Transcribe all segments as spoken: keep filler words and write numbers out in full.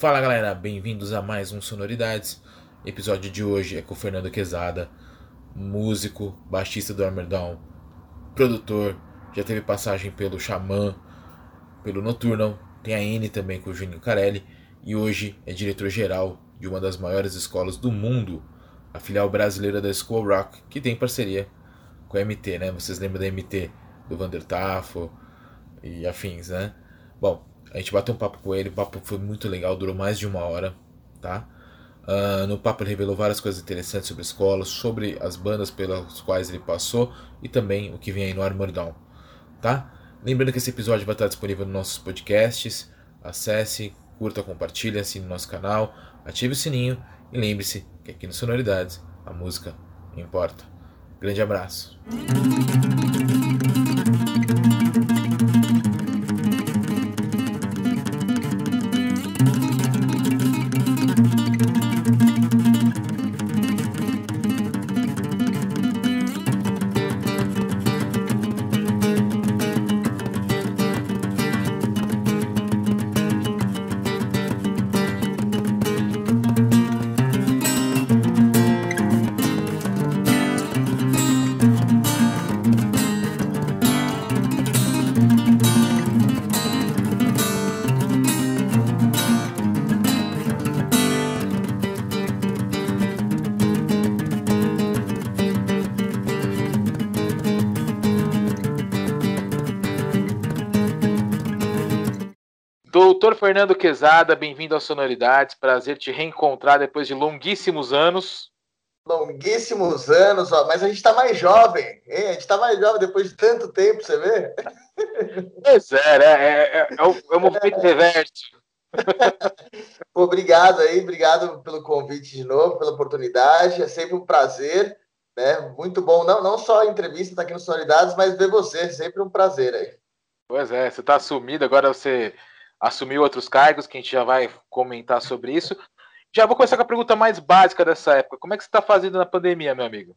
Fala galera, bem-vindos a mais um Sonoridades. O episódio de hoje é com o Fernando Quezada, músico, baixista do Armordown, produtor, já teve passagem pelo Xamã, pelo Nocturnal, tem a N também com o Juninho Carelli e hoje é diretor-geral de uma das maiores escolas do mundo, a filial brasileira da School Rock, que tem parceria com a M T, né? Vocês lembram da M T, do Vander Tafo e afins, né? Bom, a gente bateu um papo com ele, o papo foi muito legal, durou mais de uma hora, tá? Uh, no papo ele revelou várias coisas interessantes sobre a escola, sobre as bandas pelas quais ele passou e também o que vem aí no Armordown, tá? Lembrando que esse episódio vai estar disponível nos nossos podcasts, acesse, curta, compartilhe, assine no nosso canal, ative o sininho e lembre-se que aqui no Sonoridades a música importa. Grande abraço! Doutor Fernando Quezada, bem-vindo às Sonoridades. Prazer te reencontrar depois de longuíssimos anos. Longuíssimos anos, ó, mas a gente tá mais jovem, hein? A gente tá mais jovem depois de tanto tempo, você vê? Pois é, né? é, é, é, o, é o movimento reverso. Pô, obrigado aí, obrigado pelo convite de novo, pela oportunidade. É sempre um prazer, né? Muito bom, não, não só a entrevista tá aqui no Sonoridades, mas ver você, sempre um prazer aí. Pois é, você tá assumido, agora você assumiu outros cargos, que a gente já vai comentar sobre isso. Já vou começar com a pergunta mais básica dessa época. Como é que você está fazendo na pandemia, meu amigo?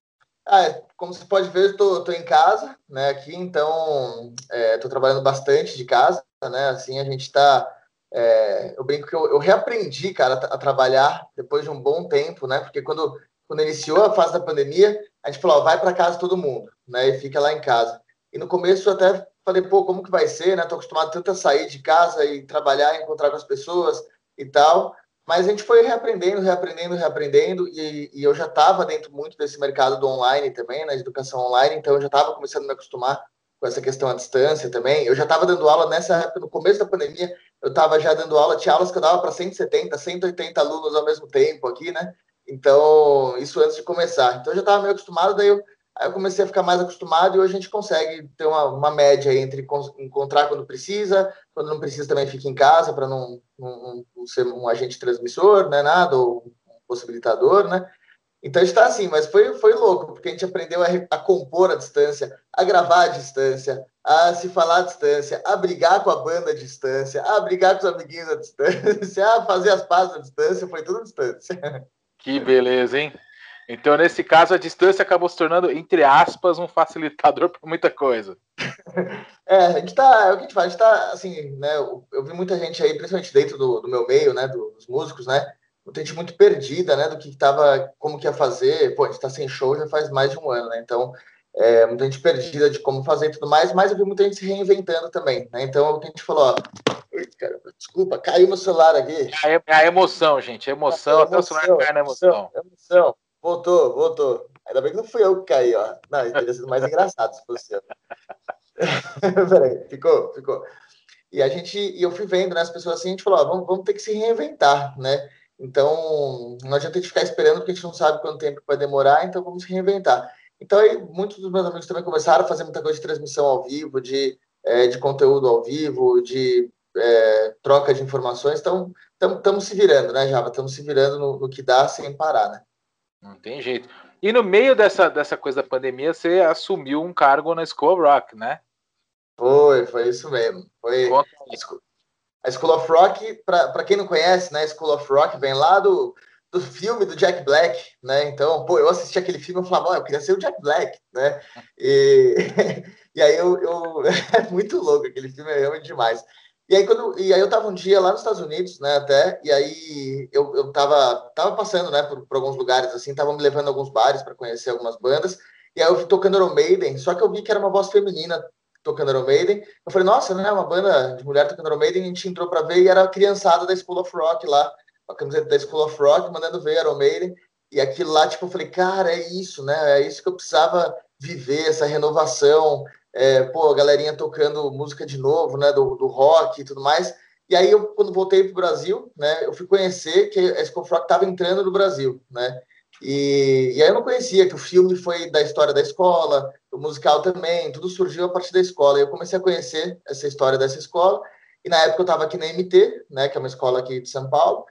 Ah, como você pode ver, eu tô, tô em casa, né, aqui, então é, tô trabalhando bastante de casa, né, assim, a gente tá, é, eu brinco que eu, eu reaprendi, cara, a, a trabalhar depois de um bom tempo, né, porque quando, quando iniciou a fase da pandemia, a gente falou, ó, vai para casa todo mundo, né, e fica lá em casa. E no começo eu até falei, pô, como que vai ser, né, tô acostumado tanto a sair de casa e trabalhar, encontrar com as pessoas e tal, mas a gente foi reaprendendo, reaprendendo, reaprendendo, e, e eu já estava dentro muito desse mercado do online também, na educação online, então eu já estava começando a me acostumar com essa questão à distância também. Eu já estava dando aula nessa época, no começo da pandemia, eu estava já dando aula, tinha aulas que eu dava para cento e setenta, cento e oitenta alunos ao mesmo tempo aqui, né? Então, isso antes de começar. Então eu já estava meio acostumado, daí eu, aí eu comecei a ficar mais acostumado e hoje a gente consegue ter uma, uma média entre encontrar quando precisa, quando não precisa também fica em casa para não, não, não ser um agente transmissor, né, nada, ou um possibilitador, né? Então está assim, mas foi, foi louco, porque a gente aprendeu a, a compor à distância, a gravar à distância, a se falar à distância, a brigar com a banda à distância, a brigar com os amiguinhos à distância, a fazer as pazes à distância, foi tudo à distância. Que beleza, hein? Então, nesse caso, a distância acabou se tornando, entre aspas, um facilitador para muita coisa. É, a gente tá, é o que a gente faz, a gente tá, assim, né, eu, eu vi muita gente aí, principalmente dentro do, do meu meio, né, dos músicos, né, muita gente muito perdida, né, do que tava, como que ia fazer, pô, a gente tá sem show já faz mais de um ano, né, então, é, muita gente perdida de como fazer e tudo mais, mas eu vi muita gente se reinventando também, né, então, é o que a gente falou, ó, ui, caramba, desculpa, caiu meu celular aqui. É a, é a emoção, gente, a emoção, É, até o celular cai na emoção. emoção, emoção, voltou, voltou, ainda bem que não fui eu que caí, ó, não, teria sido mais engraçado se fosse eu. Peraí, ficou, ficou. E a gente, e eu fui vendo, né, as pessoas assim, a gente falou, ó, vamos, vamos ter que se reinventar, né? Então, não adianta a gente ficar esperando, porque a gente não sabe quanto tempo vai demorar, então vamos se reinventar. Então, aí, muitos dos meus amigos também começaram a fazer muita coisa de transmissão ao vivo, de, é, de conteúdo ao vivo, de é, troca de informações. Então, estamos se virando, né, Java? Estamos se virando no, no que dá sem parar, né? Não tem jeito. E no meio dessa, dessa coisa da pandemia, você assumiu um cargo na School of Rock, né? Foi, foi isso mesmo. Foi Conta a School, a School of Rock, para quem não conhece, né? School of Rock vem lá do, do filme do Jack Black, né? Então, pô, eu assisti aquele filme e falava, oh, eu queria ser o Jack Black, né? E, e aí eu, eu... é muito louco, aquele filme é realmente demais. E aí, quando, e aí eu tava um dia lá nos Estados Unidos, né, até, e aí eu, eu tava, tava passando, né, por, por alguns lugares, assim, tava me levando a alguns bares para conhecer algumas bandas, e aí eu vi tocando Iron Maiden, só que eu vi que era uma voz feminina tocando Iron Maiden. Eu falei, nossa, né, uma banda de mulher tocando Iron Maiden, a gente entrou para ver, e era a criançada da School of Rock lá, a camiseta da School of Rock, mandando ver Iron Maiden, e aquilo lá, tipo, eu falei, cara, é isso, né, é isso que eu precisava viver, essa renovação, é, pô, a galerinha tocando música de novo, né, do, do rock e tudo mais. E aí, eu, quando voltei para o Brasil, né, eu fui conhecer que a School of Rock estava entrando no Brasil, né, e, e aí eu não conhecia que o filme foi da história da escola, o musical também, tudo surgiu a partir da escola. E eu comecei a conhecer essa história dessa escola, e na época eu estava aqui na M T, né, que é uma escola aqui de São Paulo,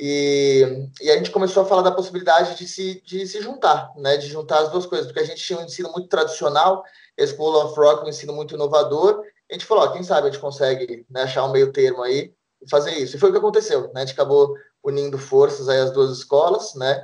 e, e a gente começou a falar da possibilidade de se, de se juntar, né, de juntar as duas coisas, porque a gente tinha um ensino muito tradicional, a School of Rock, um ensino muito inovador. A gente falou, ó, quem sabe a gente consegue, né, achar um meio termo aí e fazer isso. E foi o que aconteceu, né? A gente acabou unindo forças aí as duas escolas, né?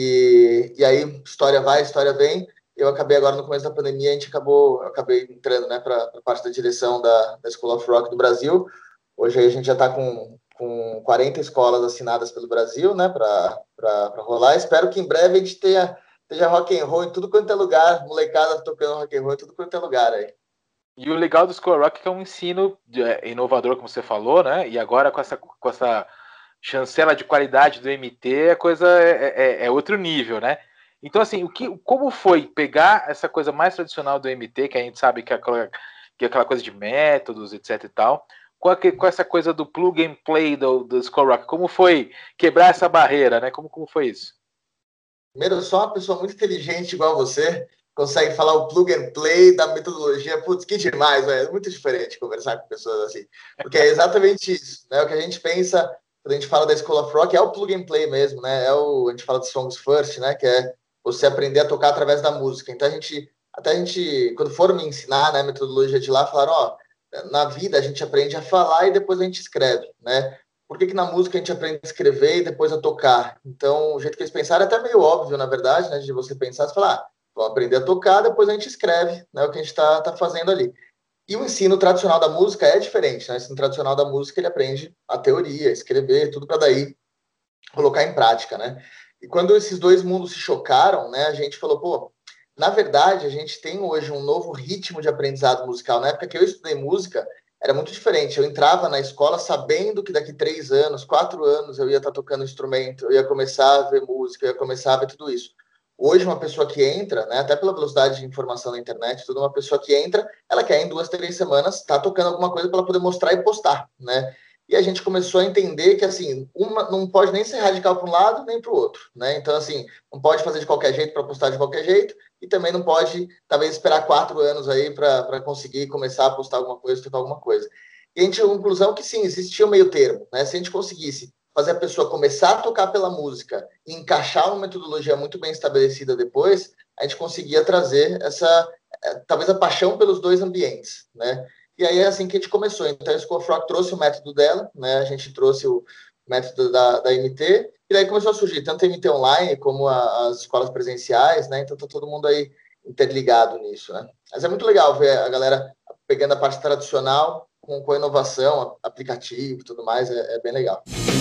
E, e aí história vai, história vem. Eu acabei agora no começo da pandemia, a gente acabou, eu acabei entrando, né, para a parte da direção da, da School of Rock do Brasil. Hoje aí a gente já está com, com quarenta escolas assinadas pelo Brasil, né, para rolar. Espero que em breve a gente tenha Seja rock and roll em tudo quanto é lugar, molecada tocando rock and roll em tudo quanto é lugar aí. E o legal do School Rock é que é um ensino inovador, como você falou, né? E agora com essa, com essa chancela de qualidade do M T, a coisa é, é, é outro nível, né? Então, assim, o que, como foi pegar essa coisa mais tradicional do M T, que a gente sabe que é aquela, que é aquela coisa de métodos, etc e tal, com, a, com essa coisa do plug and play do, do School Rock, como foi quebrar essa barreira, né? Como, como foi isso? Primeiro, só uma pessoa muito inteligente igual você consegue falar o plug and play da metodologia. Putz, que demais, velho. É muito diferente conversar com pessoas assim. Porque é exatamente isso, né? O que a gente pensa quando a gente fala da School of Rock é o plug and play mesmo, né? É o, a gente fala de songs first, né? Que é você aprender a tocar através da música. Então, a gente, até a gente, quando foram me ensinar, né, a metodologia de lá, falaram, ó, na vida a gente aprende a falar e depois a gente escreve, né? Por que, que na música a gente aprende a escrever e depois a tocar? Então, o jeito que eles pensaram é até meio óbvio, na verdade, né? De você pensar, você falar, ah, vamos aprender a tocar, depois a gente escreve, né? O que a gente está tá fazendo ali. E o ensino tradicional da música é diferente, né? O ensino tradicional da música, ele aprende a teoria, escrever, tudo para daí colocar em prática, né? E quando esses dois mundos se chocaram, né? A gente falou, pô, na verdade, a gente tem hoje um novo ritmo de aprendizado musical. Na época que eu estudei música, era muito diferente. Eu entrava na escola sabendo que daqui três anos, quatro anos, eu ia estar tocando instrumento, eu ia começar a ver música, eu ia começar a ver tudo isso. Hoje, uma pessoa que entra, né, até pela velocidade de informação na internet, tudo, uma pessoa que entra, ela quer em duas, três semanas estar tá tocando alguma coisa para ela poder mostrar e postar, né? E a gente começou a entender que, assim, uma não pode nem ser radical para um lado nem para o outro, né? Então, assim, não pode fazer de qualquer jeito para postar de qualquer jeito e também não pode, talvez, esperar quatro anos aí para conseguir começar a postar alguma coisa, tocar alguma coisa. E a gente chegou à conclusão que, sim, existia um meio termo, né? Se a gente conseguisse fazer a pessoa começar a tocar pela música e encaixar uma metodologia muito bem estabelecida depois, a gente conseguia trazer essa, talvez, a paixão pelos dois ambientes, né? E aí é assim que a gente começou. Então, a School of Rock trouxe o método dela, né? A gente trouxe o método da, da M T, e daí começou a surgir tanto a M T online como a, as escolas presenciais, né? Então, tá todo mundo aí interligado nisso, né? Mas é muito legal ver a galera pegando a parte tradicional com, com a inovação, aplicativo e tudo mais, é, é bem legal.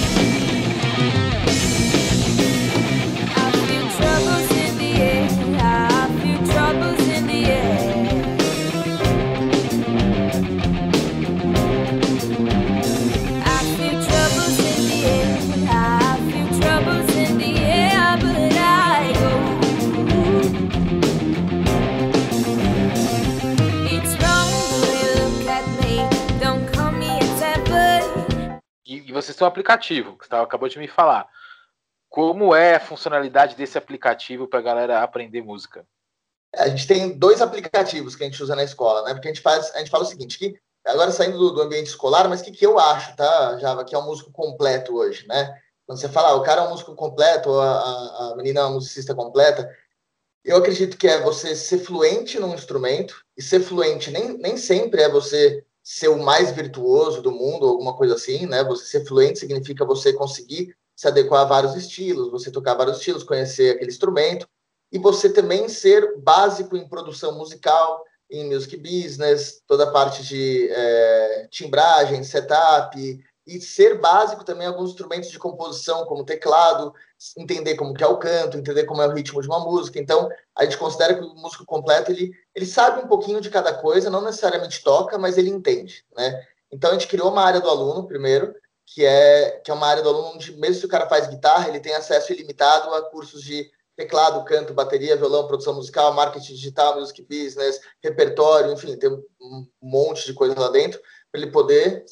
E vocês têm um aplicativo, que você acabou de me falar. Como é a funcionalidade desse aplicativo para a galera aprender música? A gente tem dois aplicativos que a gente usa na escola, né? Porque a gente faz, a gente fala o seguinte, que agora saindo do, do ambiente escolar, mas o que, que eu acho, tá, Java, que é um músico completo hoje, né? Quando você fala, ah, o cara é um músico completo, ou a, a menina é uma musicista completa, eu acredito que é você ser fluente num instrumento, e ser fluente nem, nem sempre é você ser o mais virtuoso do mundo, ou alguma coisa assim, né? Você ser fluente significa você conseguir se adequar a vários estilos, você tocar vários estilos, conhecer aquele instrumento, e você também ser básico em produção musical, em music business, toda a parte de é, timbragem, setup, e ser básico também alguns instrumentos de composição, como teclado, entender como que é o canto, entender como é o ritmo de uma música. Então, a gente considera que o músico completo, ele, ele sabe um pouquinho de cada coisa, não necessariamente toca, mas ele entende, né? Então, a gente criou uma área do aluno, primeiro, que é, que é uma área do aluno onde, mesmo se o cara faz guitarra, ele tem acesso ilimitado a cursos de teclado, canto, bateria, violão, produção musical, marketing digital, music business, repertório, enfim, tem um monte de coisa lá dentro para ele poder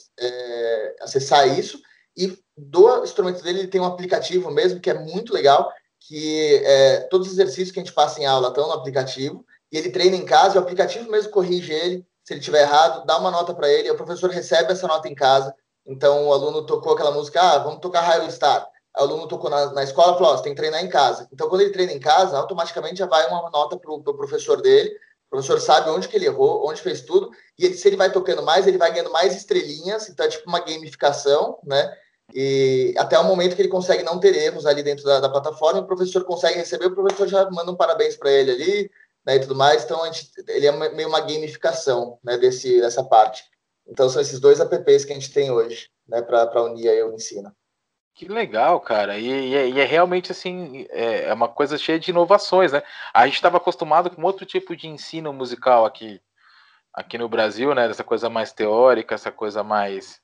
é, acessar isso. E do instrumento dele, ele tem um aplicativo mesmo, que é muito legal, que é, todos os exercícios que a gente passa em aula estão no aplicativo, e ele treina em casa, e o aplicativo mesmo corrige ele, se ele tiver errado, dá uma nota para ele, e o professor recebe essa nota em casa. Então, o aluno tocou aquela música, ah, vamos tocar Raio Star. Aí o aluno tocou na, na escola e falou, oh, você tem que treinar em casa. Então, quando ele treina em casa, automaticamente já vai uma nota para o pro professor dele, o professor sabe onde que ele errou, onde fez tudo, e ele, se ele vai tocando mais, ele vai ganhando mais estrelinhas, então é tipo uma gamificação, né? E até o momento que ele consegue não ter erros ali dentro da, da plataforma, o professor consegue receber, o professor já manda um parabéns para ele ali, né, e tudo mais. Então, a gente, ele é meio uma gamificação, né, desse, dessa parte. Então, são esses dois apps que a gente tem hoje, né, para unir aí o ensino. Que legal, cara. E, e, é, e é realmente assim, é, é uma coisa cheia de inovações, né? A gente estava acostumado com outro tipo de ensino musical aqui, aqui no Brasil, né? Dessa coisa mais teórica, essa coisa mais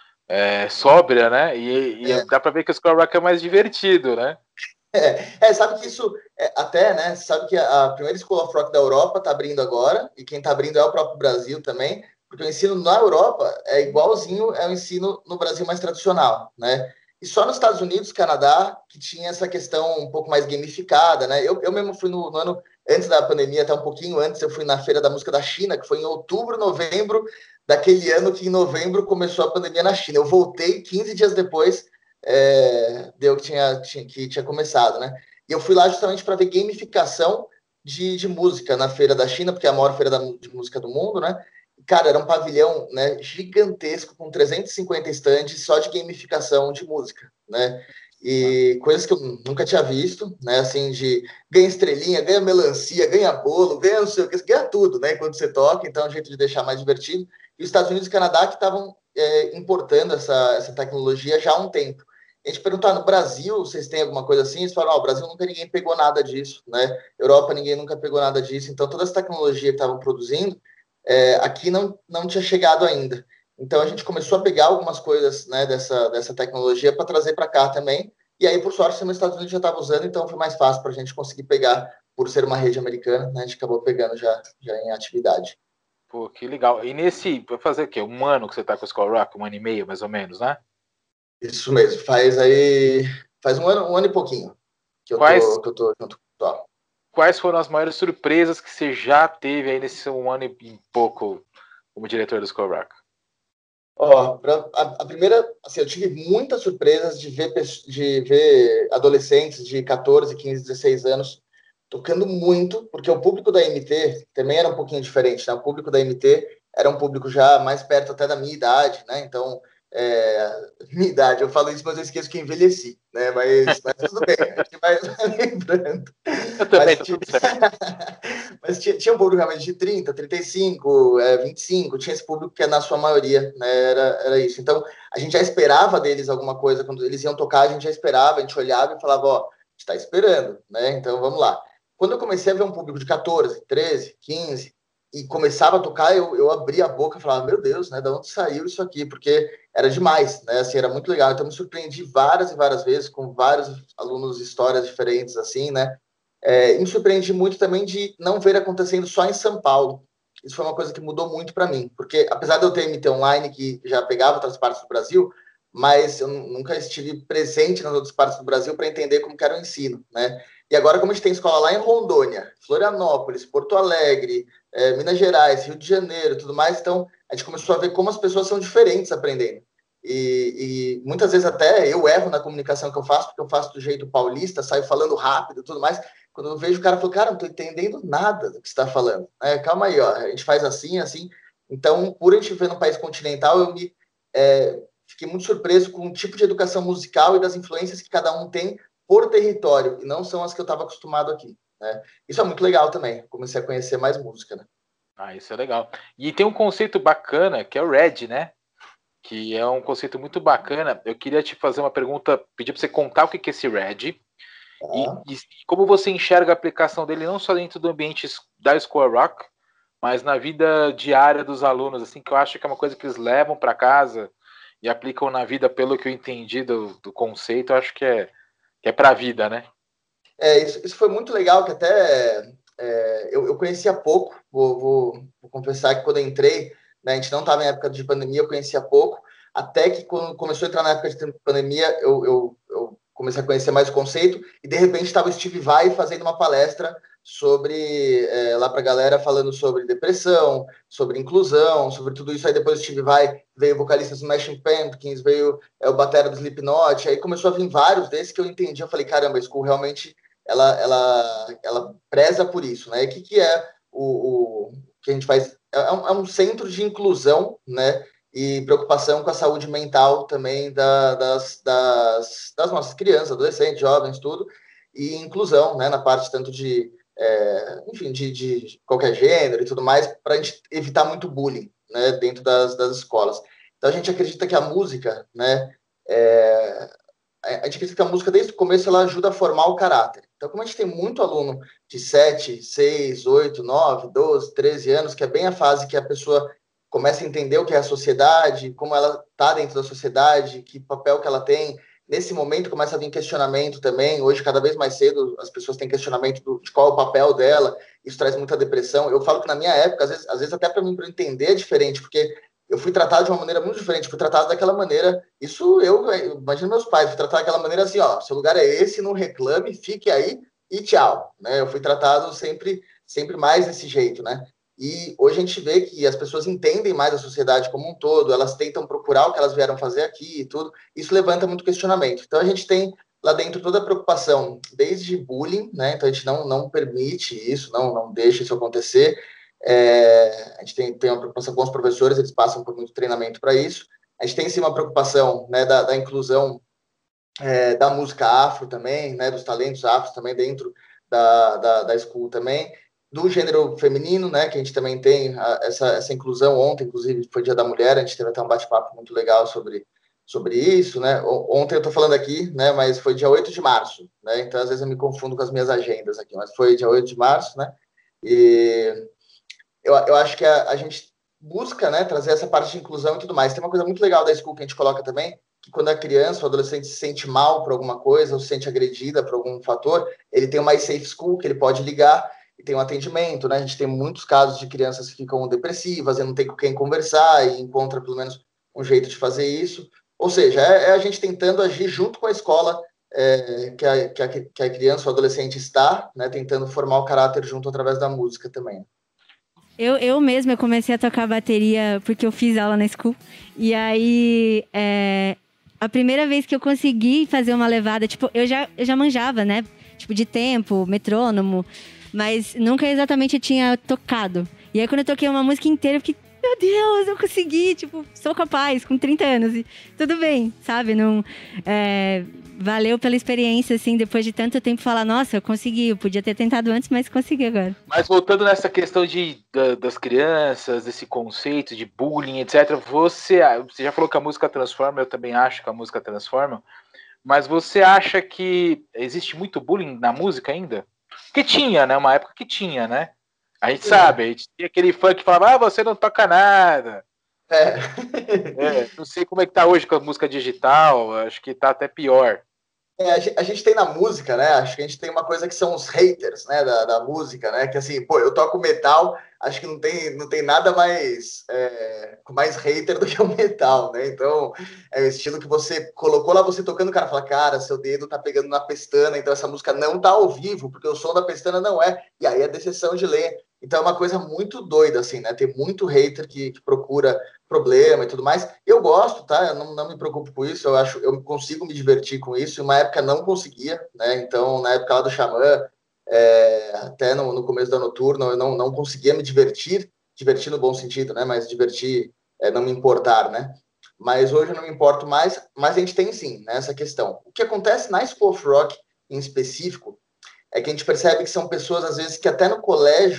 é, sóbria, né? E, e É. dá para ver que o Skull Rock é mais divertido, né? É, é, sabe que isso, é, até, né, sabe que a, a primeira School of Rock da Europa está abrindo agora, e quem está abrindo é o próprio Brasil também, porque o ensino na Europa é igualzinho ao ensino no Brasil mais tradicional, né? E só nos Estados Unidos, Canadá, que tinha essa questão um pouco mais gamificada, né? Eu, eu mesmo fui no, no ano, antes da pandemia, até um pouquinho antes, eu fui na Feira da Música da China, que foi em outubro, novembro, daquele ano que em novembro começou a pandemia na China. Eu voltei quinze dias depois, é, deu que tinha, tinha, que tinha começado, né? E eu fui lá justamente para ver gamificação de, de música na Feira da China, porque é a maior feira da, de música do mundo, né? Cara, era um pavilhão, né, gigantesco, com trezentos e cinquenta estandes só de gamificação de música, né? E coisas que eu nunca tinha visto, né? Assim, de ganha estrelinha, ganha melancia, ganha bolo, ganha não sei o que, ganha tudo, né? Quando você toca, então é um jeito de deixar mais divertido. E os Estados Unidos e Canadá que estavam é, importando essa, essa tecnologia já há um tempo. A gente perguntar, no Brasil, vocês têm alguma coisa assim? Eles falam, ó, oh, o Brasil nunca ninguém pegou nada disso, né? Europa ninguém nunca pegou nada disso. Então, toda essa tecnologia que estavam produzindo, é, aqui não, não tinha chegado ainda. Então, a gente começou a pegar algumas coisas, né, dessa, dessa tecnologia para trazer para cá também. E aí, por sorte, os Estados Unidos já estava usando, então foi mais fácil para a gente conseguir pegar, por ser uma rede americana, né, a gente acabou pegando já, já em atividade. Pô, que legal. E nesse, vai fazer o quê? Um ano que você tá com o Skull Rock? Um ano e meio, mais ou menos, né? Isso mesmo, faz aí, faz um ano, um ano e pouquinho que eu Quais, tô, que eu tô junto com o pessoal. quais foram as maiores surpresas que você já teve aí nesse um ano e pouco como diretor do Skull Rock? Ó, pra, a, a primeira, assim, eu tive muitas surpresas de ver, de ver adolescentes de catorze, quinze, dezesseis anos tocando muito, porque o público da M T também era um pouquinho diferente, né? O público da M T era um público já mais perto até da minha idade, né? Então, é, minha idade, eu falo isso, mas eu esqueço que envelheci, né? Mas, mas tudo bem, a gente vai lembrando. Eu também, Mas, tá tinha, tudo certo. mas tinha, tinha um público realmente de trinta, trinta e cinco, é, vinte e cinco, tinha esse público que é na sua maioria, né? Era, era isso. Então, a gente já esperava deles alguma coisa, quando eles iam tocar, a gente já esperava, a gente olhava e falava, ó, a gente está esperando, né? Então, vamos lá. Quando eu comecei a ver um público de catorze, treze, quinze, e começava a tocar, eu, eu abria a boca e falava, meu Deus, né, de onde saiu isso aqui? Porque era demais, né, assim, era muito legal. Então, me surpreendi várias e várias vezes com vários alunos de histórias diferentes, assim, né. É, e me surpreendi muito também de não ver acontecendo só em São Paulo. Isso foi uma coisa que mudou muito para mim, porque apesar de eu ter M T online, que já pegava outras partes do Brasil, mas eu nunca estive presente nas outras partes do Brasil para entender como que era o ensino, né. E agora, como a gente tem escola lá em Rondônia, Florianópolis, Porto Alegre, é, Minas Gerais, Rio de Janeiro, tudo mais, então a gente começou a ver como as pessoas são diferentes aprendendo. E, e muitas vezes até eu erro na comunicação que eu faço, porque eu faço do jeito paulista, saio falando rápido e tudo mais. Quando eu vejo o cara, eu falo, cara, não estou entendendo nada do que você está falando. É, calma aí, ó, a gente faz assim, assim. Então, por a gente viver num país continental, eu me é, fiquei muito surpreso com o tipo de educação musical e das influências que cada um tem por território, e não são as que eu estava acostumado aqui, né? Isso é muito legal também. Comecei a conhecer mais música, né? Ah, isso é legal. E tem um conceito bacana, que é o Red, né? Que é um conceito muito bacana. Eu queria te fazer uma pergunta, pedir para você contar o que é esse Red e, Tá? e como você enxerga a aplicação dele não só dentro do ambiente da School Rock, mas na vida diária dos alunos, assim, que eu acho que é uma coisa que eles levam para casa e aplicam na vida, pelo que eu entendi do, do conceito, eu acho que é, que é para a vida, né? É, isso, isso foi muito legal, que até é, eu, eu conhecia pouco, vou, vou, vou confessar que quando eu entrei, né, a gente não estava em época de pandemia, eu conhecia pouco, até que quando começou a entrar na época de pandemia, eu, eu, eu comecei a conhecer mais o conceito, e de repente estava o Steve Vai fazendo uma palestra sobre, é, lá para a galera, falando sobre depressão, sobre inclusão, sobre tudo isso. Aí depois o Steve Vai veio o vocalista do Smashing Pumpkins, veio é, o batera do Slipknot, aí começou a vir vários desses que eu entendi, eu falei, caramba, a School realmente ela, ela, ela preza por isso, né? E o que, que é o, o que a gente faz? É um, é um centro de inclusão, né? E preocupação com a saúde mental também da, das, das, das nossas crianças, adolescentes, jovens, tudo, e inclusão, né? Na parte tanto de, é, enfim, de, de qualquer gênero e tudo mais, para a gente evitar muito bullying, né? Dentro das, das escolas. Então a gente acredita que a música, né? É, a gente acredita que a música, desde o começo, ela ajuda a formar o caráter. Então, como a gente tem muito aluno de sete, seis, oito, nove, doze, treze anos, que é bem a fase que a pessoa começa a entender o que é a sociedade, como ela está dentro da sociedade, que papel que ela tem. Nesse momento começa a vir questionamento também. Hoje, cada vez mais cedo, as pessoas têm questionamento do, de qual é o papel dela. Isso traz muita depressão. Eu falo que na minha época, às vezes, às vezes até para mim para entender é diferente, porque eu fui tratado de uma maneira muito diferente, fui tratado daquela maneira, isso eu, imagino meus pais, fui tratado daquela maneira assim, ó, seu lugar é esse, não reclame, fique aí e tchau, né? Eu fui tratado sempre, sempre mais desse jeito, né? E hoje a gente vê que as pessoas entendem mais a sociedade como um todo, elas tentam procurar o que elas vieram fazer aqui e tudo, isso levanta muito questionamento. Então a gente tem lá dentro toda a preocupação, desde bullying, né? Então a gente não, não permite isso, não, não deixa isso acontecer. É, a gente tem, tem uma preocupação com os professores, eles passam por muito treinamento para isso. A gente tem sim uma preocupação, né, da, da inclusão é, da música afro também, né, dos talentos afros também dentro da, da, da school também, do gênero feminino, né, que a gente também tem a, essa, essa inclusão. Ontem, inclusive, foi Dia da Mulher, a gente teve até um bate-papo muito legal sobre, sobre isso, né. Ontem eu estou falando aqui, né, mas foi dia oito de março, né, então às vezes eu me confundo com as minhas agendas aqui, mas foi dia oito de março, né, e eu, eu acho que a, a gente busca, né, trazer essa parte de inclusão e tudo mais. Tem uma coisa muito legal da School que a gente coloca também, que quando a criança ou adolescente se sente mal por alguma coisa, ou se sente agredida por algum fator, ele tem uma iSafe School que ele pode ligar e tem um atendimento, né? A gente tem muitos casos de crianças que ficam depressivas e não tem com quem conversar e encontra pelo menos um jeito de fazer isso. Ou seja, é, é a gente tentando agir junto com a escola é, que, a, que, a, que a criança ou adolescente está, né? Tentando formar o caráter junto através da música também. Eu, eu mesma eu comecei a tocar bateria porque eu fiz aula na school. E aí, é, a primeira vez que eu consegui fazer uma levada, tipo, eu já, eu já manjava, né? Tipo, de tempo, metrônomo, mas nunca exatamente tinha tocado. E aí, quando eu toquei uma música inteira, eu fiquei, meu Deus, eu consegui, tipo, sou capaz, com trinta anos. E tudo bem, sabe? Não, é, valeu pela experiência, assim, depois de tanto tempo falar, nossa, eu consegui, eu podia ter tentado antes, mas consegui agora. Mas voltando nessa questão de, da, das crianças, desse conceito de bullying, etcétera, você, você já falou que a música transforma, eu também acho que a música transforma, mas você acha que existe muito bullying na música ainda? Porque tinha, né? Uma época que tinha, né? A gente Sim. sabe, a gente tinha aquele fã que falava, ah, você não toca nada. É. É, não sei como é que tá hoje com a música digital, acho que tá até pior. É, a, gente, a gente tem na música, né? Acho que a gente tem uma coisa que são os haters, né? Da, da música, né? Que assim, pô, eu toco metal, acho que não tem, não tem nada mais, é, mais hater do que o metal, né? Então, é o estilo que você colocou lá, você tocando, o cara fala, cara, seu dedo tá pegando na pestana, então essa música não tá ao vivo, porque o som da pestana não é. E aí é decepção de ler. Então é uma coisa muito doida, assim, né? Tem muito hater que, que procura problema e tudo mais. Eu gosto, tá? Eu não, não me preocupo com isso. Eu acho, eu consigo me divertir com isso. Em uma época não conseguia, né? Então, na época lá do Xamã, é, até no, no começo da Noturno, eu não, não conseguia me divertir, divertir no bom sentido, né? Mas divertir, é, não me importar, né? Mas hoje eu não me importo mais, mas a gente tem sim, né, essa questão. O que acontece na School of Rock, em específico, é que a gente percebe que são pessoas, às vezes, que até no colégio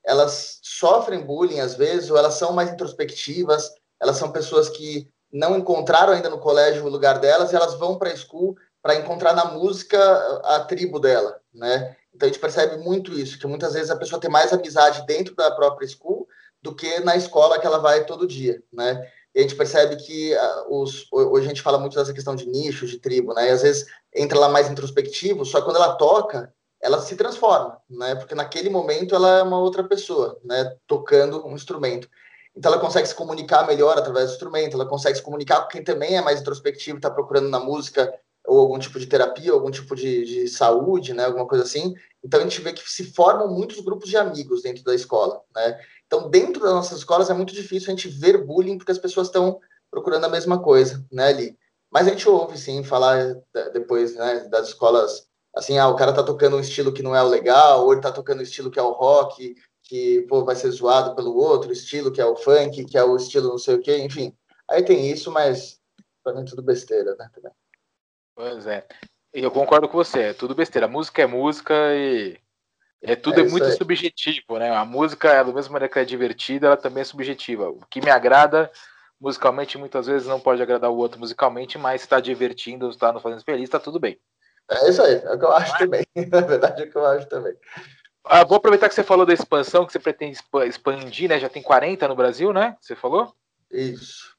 elas sofrem bullying às vezes, ou elas são mais introspectivas, elas são pessoas que não encontraram ainda no colégio o lugar delas, e elas vão para a school para encontrar na música a tribo dela, né? Então a gente percebe muito isso, que muitas vezes a pessoa tem mais amizade dentro da própria school do que na escola que ela vai todo dia, né? E a gente percebe que uh, os, hoje a gente fala muito dessa questão de nicho, de tribo, né? E às vezes entra lá mais introspectivo, só que quando ela toca, ela se transforma, né? Porque naquele momento ela é uma outra pessoa, né? Tocando um instrumento. Então ela consegue se comunicar melhor através do instrumento, ela consegue se comunicar com quem também é mais introspectivo, está procurando na música ou algum tipo de terapia, algum tipo de, de saúde, né? Alguma coisa assim. Então a gente vê que se formam muitos grupos de amigos dentro da escola, né? Então dentro das nossas escolas é muito difícil a gente ver bullying porque as pessoas estão procurando a mesma coisa, né, ali. Mas a gente ouve, sim, falar depois, né, das escolas, assim, ah, o cara tá tocando um estilo que não é o legal, ou ele tá tocando um estilo que é o rock, que, pô, vai ser zoado pelo outro estilo, que é o funk, que é o estilo não sei o quê, enfim. Aí tem isso, mas pra mim é tudo besteira, né, também. Pois é. E eu concordo com você, é tudo besteira. Música é música e é tudo é, é muito aí. Subjetivo, né? A música, da mesma maneira que é divertida, ela também é subjetiva. O que me agrada musicalmente, muitas vezes não pode agradar o outro musicalmente, mas está divertindo, está nos fazendo feliz, está tudo bem. É isso aí, é o que eu acho ah. também. Na verdade, é o que eu acho também. Ah, vou aproveitar que você falou da expansão, que você pretende expandir, né? Já tem quarenta no Brasil, né? Você falou? Isso.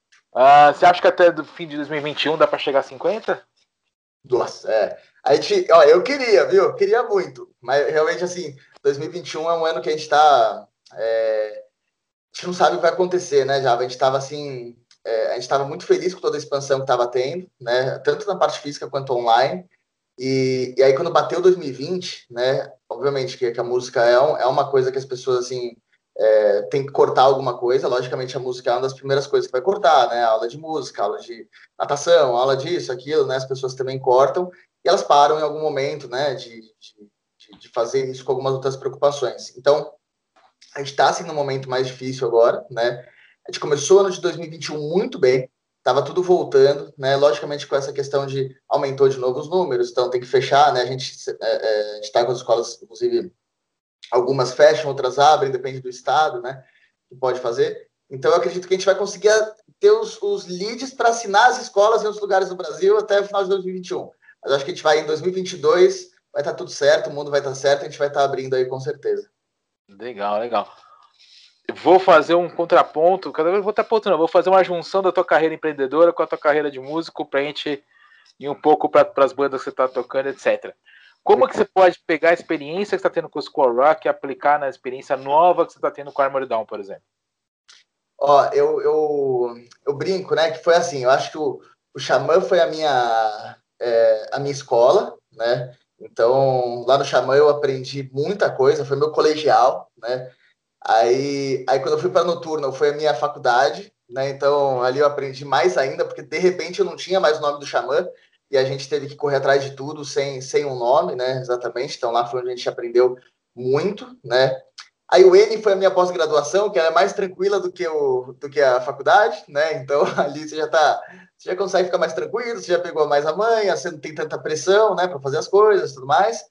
Ah, você acha que até do fim de dois mil e vinte e um dá para chegar a cinquenta? Nossa, é. A gente, ó, eu queria, viu? Eu queria muito. Mas realmente, assim, dois mil e vinte e um é um ano que a gente está. É, a gente não sabe o que vai acontecer, né, Java? A gente estava assim. É, a gente estava muito feliz com toda a expansão que estava tendo, né? Tanto na parte física quanto online. E, e aí, quando bateu dois mil e vinte, né? Obviamente que, que a música é, um, é uma coisa que as pessoas, assim. É, tem que cortar alguma coisa, logicamente a música é uma das primeiras coisas que vai cortar, né? Aula de música, aula de natação, aula disso, aquilo, né? As pessoas também cortam e elas param em algum momento, né? De, de, de fazer isso com algumas outras preocupações. Então, a gente está assim num momento mais difícil agora, né? A gente começou o ano de dois mil e vinte e um muito bem, estava tudo voltando, né? Logicamente com essa questão de aumentou de novo os números, então tem que fechar, né? A gente é, está com as escolas, inclusive algumas fecham, outras abrem, depende do estado, né? Que pode fazer. Então, eu acredito que a gente vai conseguir ter os, os leads para assinar as escolas em outros lugares do Brasil até o final de dois mil e vinte e um. Mas acho que a gente vai em dois mil e vinte e dois, vai estar tudo certo, o mundo vai estar certo, a gente vai estar abrindo aí com certeza. Legal, legal. Vou fazer um contraponto, cada vez vou estar ponto, não, vou fazer uma junção da tua carreira empreendedora com a tua carreira de músico para a gente ir um pouco para as bandas que você está tocando, etcétera. Como que você pode pegar a experiência que você está tendo com o School Rock e aplicar na experiência nova que você está tendo com o Armored Down, por exemplo? Ó, eu, eu, eu brinco, né, que foi assim, eu acho que o, o Xamã foi a minha, é, a minha escola, né, então lá no Xamã eu aprendi muita coisa, foi meu colegial, né, aí, aí quando eu fui para Noturno foi a minha faculdade, né, então ali eu aprendi mais ainda, porque de repente eu não tinha mais o nome do Xamã, e a gente teve que correr atrás de tudo sem, sem um nome, né, exatamente, então lá foi onde a gente aprendeu muito, né. Aí o N foi a minha pós-graduação, que ela é mais tranquila do que, o, do que a faculdade, né, então ali você já tá, você já consegue ficar mais tranquilo, você já pegou mais a manha, você não tem tanta pressão, né, para fazer as coisas e tudo mais.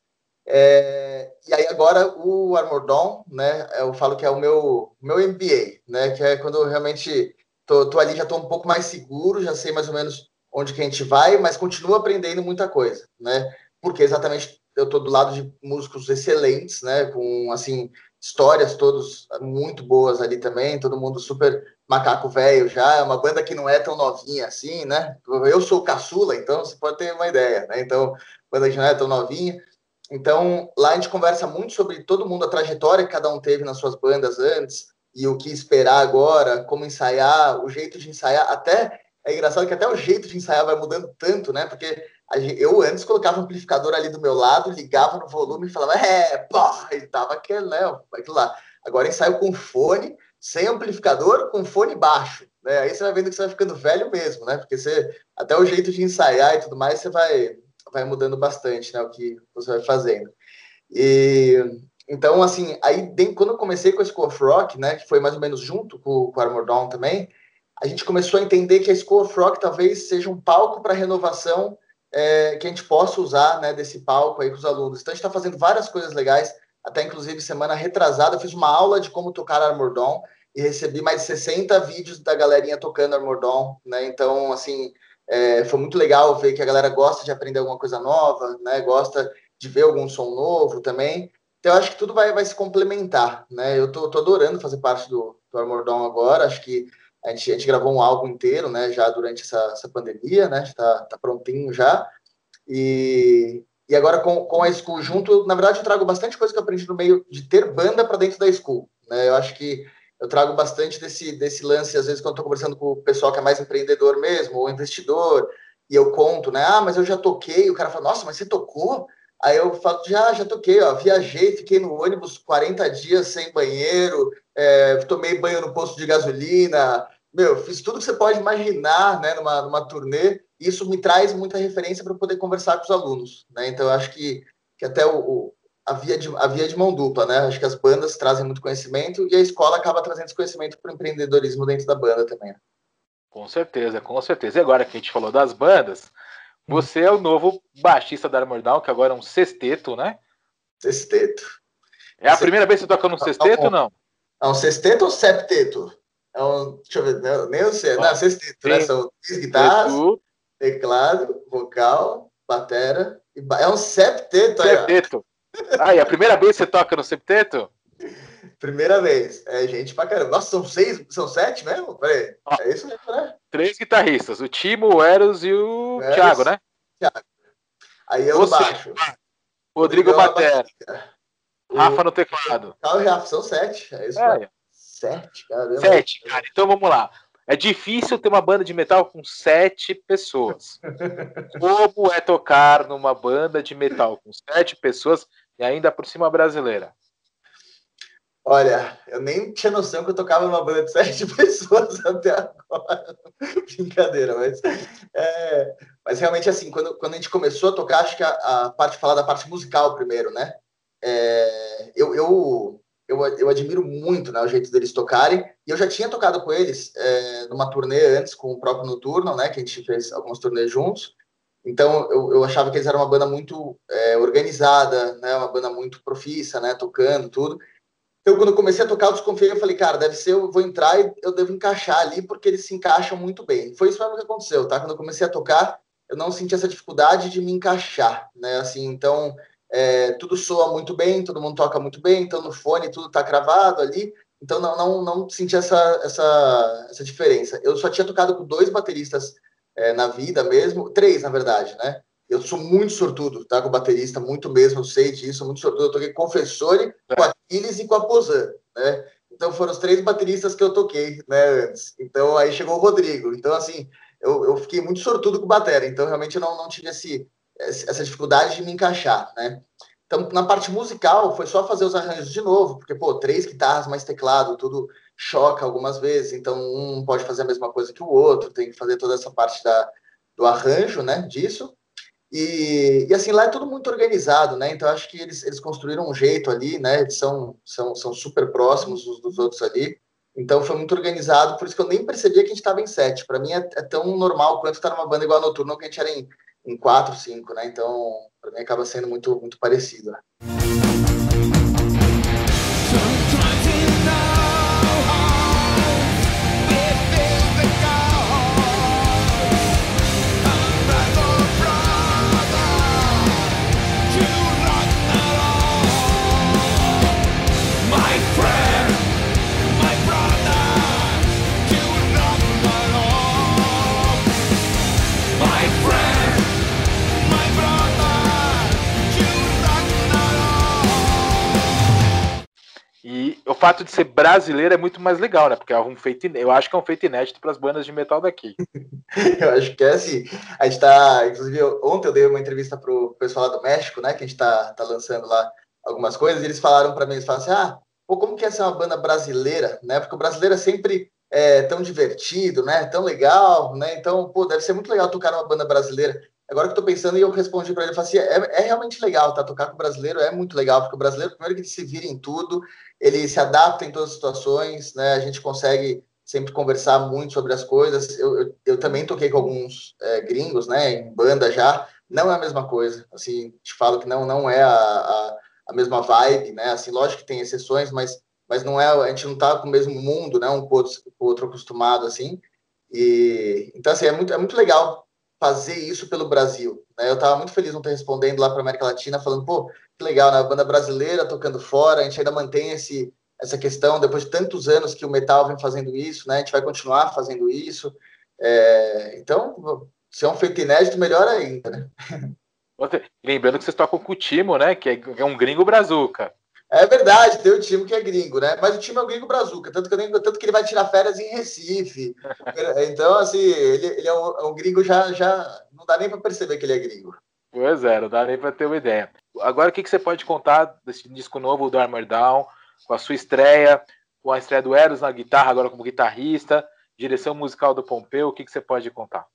É, e aí agora o Armored Dawn, né, eu falo que é o meu, meu M B A, né, que é quando eu realmente tô, tô ali, já tô um pouco mais seguro, já sei mais ou menos onde que a gente vai, mas continuo aprendendo muita coisa, né? Porque exatamente eu tô do lado de músicos excelentes, né? Com, assim, histórias todas muito boas ali também, todo mundo super macaco velho já, é uma banda que não é tão novinha assim, né? Eu sou o caçula, então você pode ter uma ideia, né? Então, banda que não é tão novinha. Então, lá a gente conversa muito sobre todo mundo, a trajetória que cada um teve nas suas bandas antes, e o que esperar agora, como ensaiar, o jeito de ensaiar, até... É engraçado que até o jeito de ensaiar vai mudando tanto, né? Porque eu antes colocava o amplificador ali do meu lado, ligava no volume e falava, é, pô, e tava aquele, né? Aquilo lá. Agora ensaio com fone, sem amplificador, com fone baixo, né? Aí você vai vendo que você vai ficando velho mesmo, né? Porque você, até o jeito de ensaiar e tudo mais, você vai, vai mudando bastante, né? O que você vai fazendo. E... Então, assim, aí quando eu comecei com a School of Rock, né? Que foi mais ou menos junto com, com o Armored Dawn também, a gente começou a entender que a School of Rock talvez seja um palco para renovação é, que a gente possa usar, né, desse palco aí com os alunos. Então, a gente está fazendo várias coisas legais até inclusive semana retrasada, eu fiz uma aula de como tocar Armored Dawn e recebi mais de sessenta vídeos da galerinha tocando Armored Dawn, né? Então, assim, é, foi muito legal ver que a galera gosta de aprender alguma coisa nova, né? Gosta de ver algum som novo também. Então, eu acho que tudo vai, vai se complementar, né? Eu tô, tô adorando fazer parte do, do Armored Dawn agora, acho que a gente, a gente gravou um álbum inteiro, né? Já durante essa, essa pandemia, né? Está tá prontinho já. E, e agora com, com a School junto, na verdade eu trago bastante coisa que eu aprendi no meio de ter banda para dentro da School, né? Eu acho que eu trago bastante desse, desse lance, às vezes quando estou conversando com o pessoal que é mais empreendedor mesmo, ou investidor, e eu conto, né? Ah, mas eu já toquei, o cara fala, nossa, mas você tocou? Aí eu falo, já, já toquei, ó, viajei, fiquei no ônibus quarenta dias sem banheiro, é, tomei banho no posto de gasolina, meu, fiz tudo que você pode imaginar, né, numa, numa turnê. Isso me traz muita referência para poder conversar com os alunos, né? Então, eu acho que, que até o, o, a, via de, a via de mão dupla, né? Acho que as bandas trazem muito conhecimento e a escola acaba trazendo esse conhecimento para o empreendedorismo dentro da banda também. Com certeza, com certeza. E agora que a gente falou das bandas, você é o novo baixista da Armored Dawn, que agora é um sexteto, né? Sexteto. É a primeira vez que você toca num sexteto ou não? É um sexteto ou septeto? É um, deixa eu ver, nem eu sei. Não, sexteto, né? São três guitarras, teclado, vocal, batera. E ba... É um septeto aí, septeto. Ah, e a primeira vez que você toca no septeto? Primeira vez. É gente pra caramba. Nossa, são seis, são sete mesmo? Peraí. Ah, é isso mesmo, né? Três guitarristas, o Timo, o Eros e o, o Eros, Thiago, né? Thiago. Aí eu Você, baixo. Rodrigo Batera. Rafa no teclado. O Rafa, são sete. É isso é. mesmo. Sete, caramba. Sete, cara. Então vamos lá. É difícil ter uma banda de metal com sete pessoas. Como é tocar numa banda de metal com sete pessoas e ainda por cima brasileira? Olha, eu nem tinha noção que eu tocava numa banda de sete pessoas até agora. Brincadeira, mas, é, mas realmente assim, quando, quando a gente começou a tocar, acho que a, a parte, falar da parte musical primeiro, né? É, eu, eu, eu, eu admiro muito, né, o jeito deles tocarem, e eu já tinha tocado com eles é, numa turnê antes, com o próprio Noturno, né, que a gente fez algumas turnês juntos. Então eu, eu achava que eles eram uma banda muito é, organizada, né, uma banda muito profissa, né, tocando tudo. Então, quando eu comecei a tocar, eu desconfiei, eu falei, cara, deve ser, eu vou entrar e eu devo encaixar ali, porque eles se encaixam muito bem. Foi isso mesmo que aconteceu, tá? Quando eu comecei a tocar, eu não senti essa dificuldade de me encaixar, né? Assim, então, é, tudo soa muito bem, todo mundo toca muito bem, então no fone tudo tá cravado ali, então não, não, não senti essa, essa, essa diferença. Eu só tinha tocado com dois bateristas é, na vida mesmo, três, na verdade, né? Eu sou muito sortudo, tá? Com o baterista, muito mesmo, eu sei disso, muito sortudo. Eu toquei com o Confessori, com a Aquiles e com a Pozan, né? Então foram os três bateristas que eu toquei, né, antes. Então aí chegou o Rodrigo. Então, assim, eu, eu fiquei muito sortudo com o batera. Então, realmente, eu não, não tive esse, essa dificuldade de me encaixar, né? Então, na parte musical, foi só fazer os arranjos de novo, porque, pô, três guitarras, mais teclado, tudo choca algumas vezes. Então, um não pode fazer a mesma coisa que o outro, tem que fazer toda essa parte da, do arranjo, né, disso. E, e assim, lá é tudo muito organizado, né? Então, acho que eles, eles construíram um jeito ali, né? Eles são, são, são super próximos uns dos outros ali. Então, foi muito organizado, por isso que eu nem percebia que a gente estava em sete. Para mim, é, é tão normal quanto estar numa banda igual a Noturno, que a gente era em, em quatro, cinco, né? Então, para mim, acaba sendo muito, muito parecido, né? E o fato de ser brasileiro é muito mais legal, né? Porque é um feito, eu acho que é um feito inédito para as bandas de metal daqui. Eu acho que é assim. A gente tá, inclusive, ontem eu dei uma entrevista pro pessoal lá do México, né? Que a gente tá, tá lançando lá algumas coisas, e eles falaram para mim, eles falaram assim, ah, pô, como que é ser uma banda brasileira, né? Porque o brasileiro é sempre é, tão divertido, né? Tão legal, né? Então, pô, deve ser muito legal tocar numa banda brasileira. Agora que eu tô pensando, e eu respondi para ele, eu falei assim, é, é realmente legal, tá? Tocar com o brasileiro é muito legal, porque o brasileiro, primeiro que ele se vira em tudo, ele se adapta em todas as situações, né? A gente consegue sempre conversar muito sobre as coisas. Eu, eu, eu também toquei com alguns é, gringos, né? Em banda já. Não é a mesma coisa. Assim, te falo que não, não é a, a, a mesma vibe, né? Assim, lógico que tem exceções, mas, mas não é, a gente não tá com o mesmo mundo, né? Um com o outro, com o outro acostumado, assim. E, então, assim, é muito, é muito legal fazer isso pelo Brasil, né? Eu tava muito feliz não ter respondendo lá para América Latina, falando, pô, que legal, né? A banda brasileira tocando fora, a gente ainda mantém esse, essa questão, depois de tantos anos que o metal vem fazendo isso, né? A gente vai continuar fazendo isso. É, então, se é um feito inédito, melhor ainda, né? Lembrando que vocês tocam com o Timo, né? Que é um gringo brazuca. É verdade, tem o time que é gringo, né? Mas o time é o gringo brazuca, tanto que, nem, tanto que ele vai tirar férias em Recife. Então, assim, ele, ele é, um, é um gringo já, já. Não dá nem para perceber que ele é gringo. Pois é, não dá nem para ter uma ideia. Agora, o que, que você pode contar desse disco novo do Armored Down, com a sua estreia, com a estreia do Eros na guitarra, agora como guitarrista, direção musical do Pompeu, o que, que você pode contar?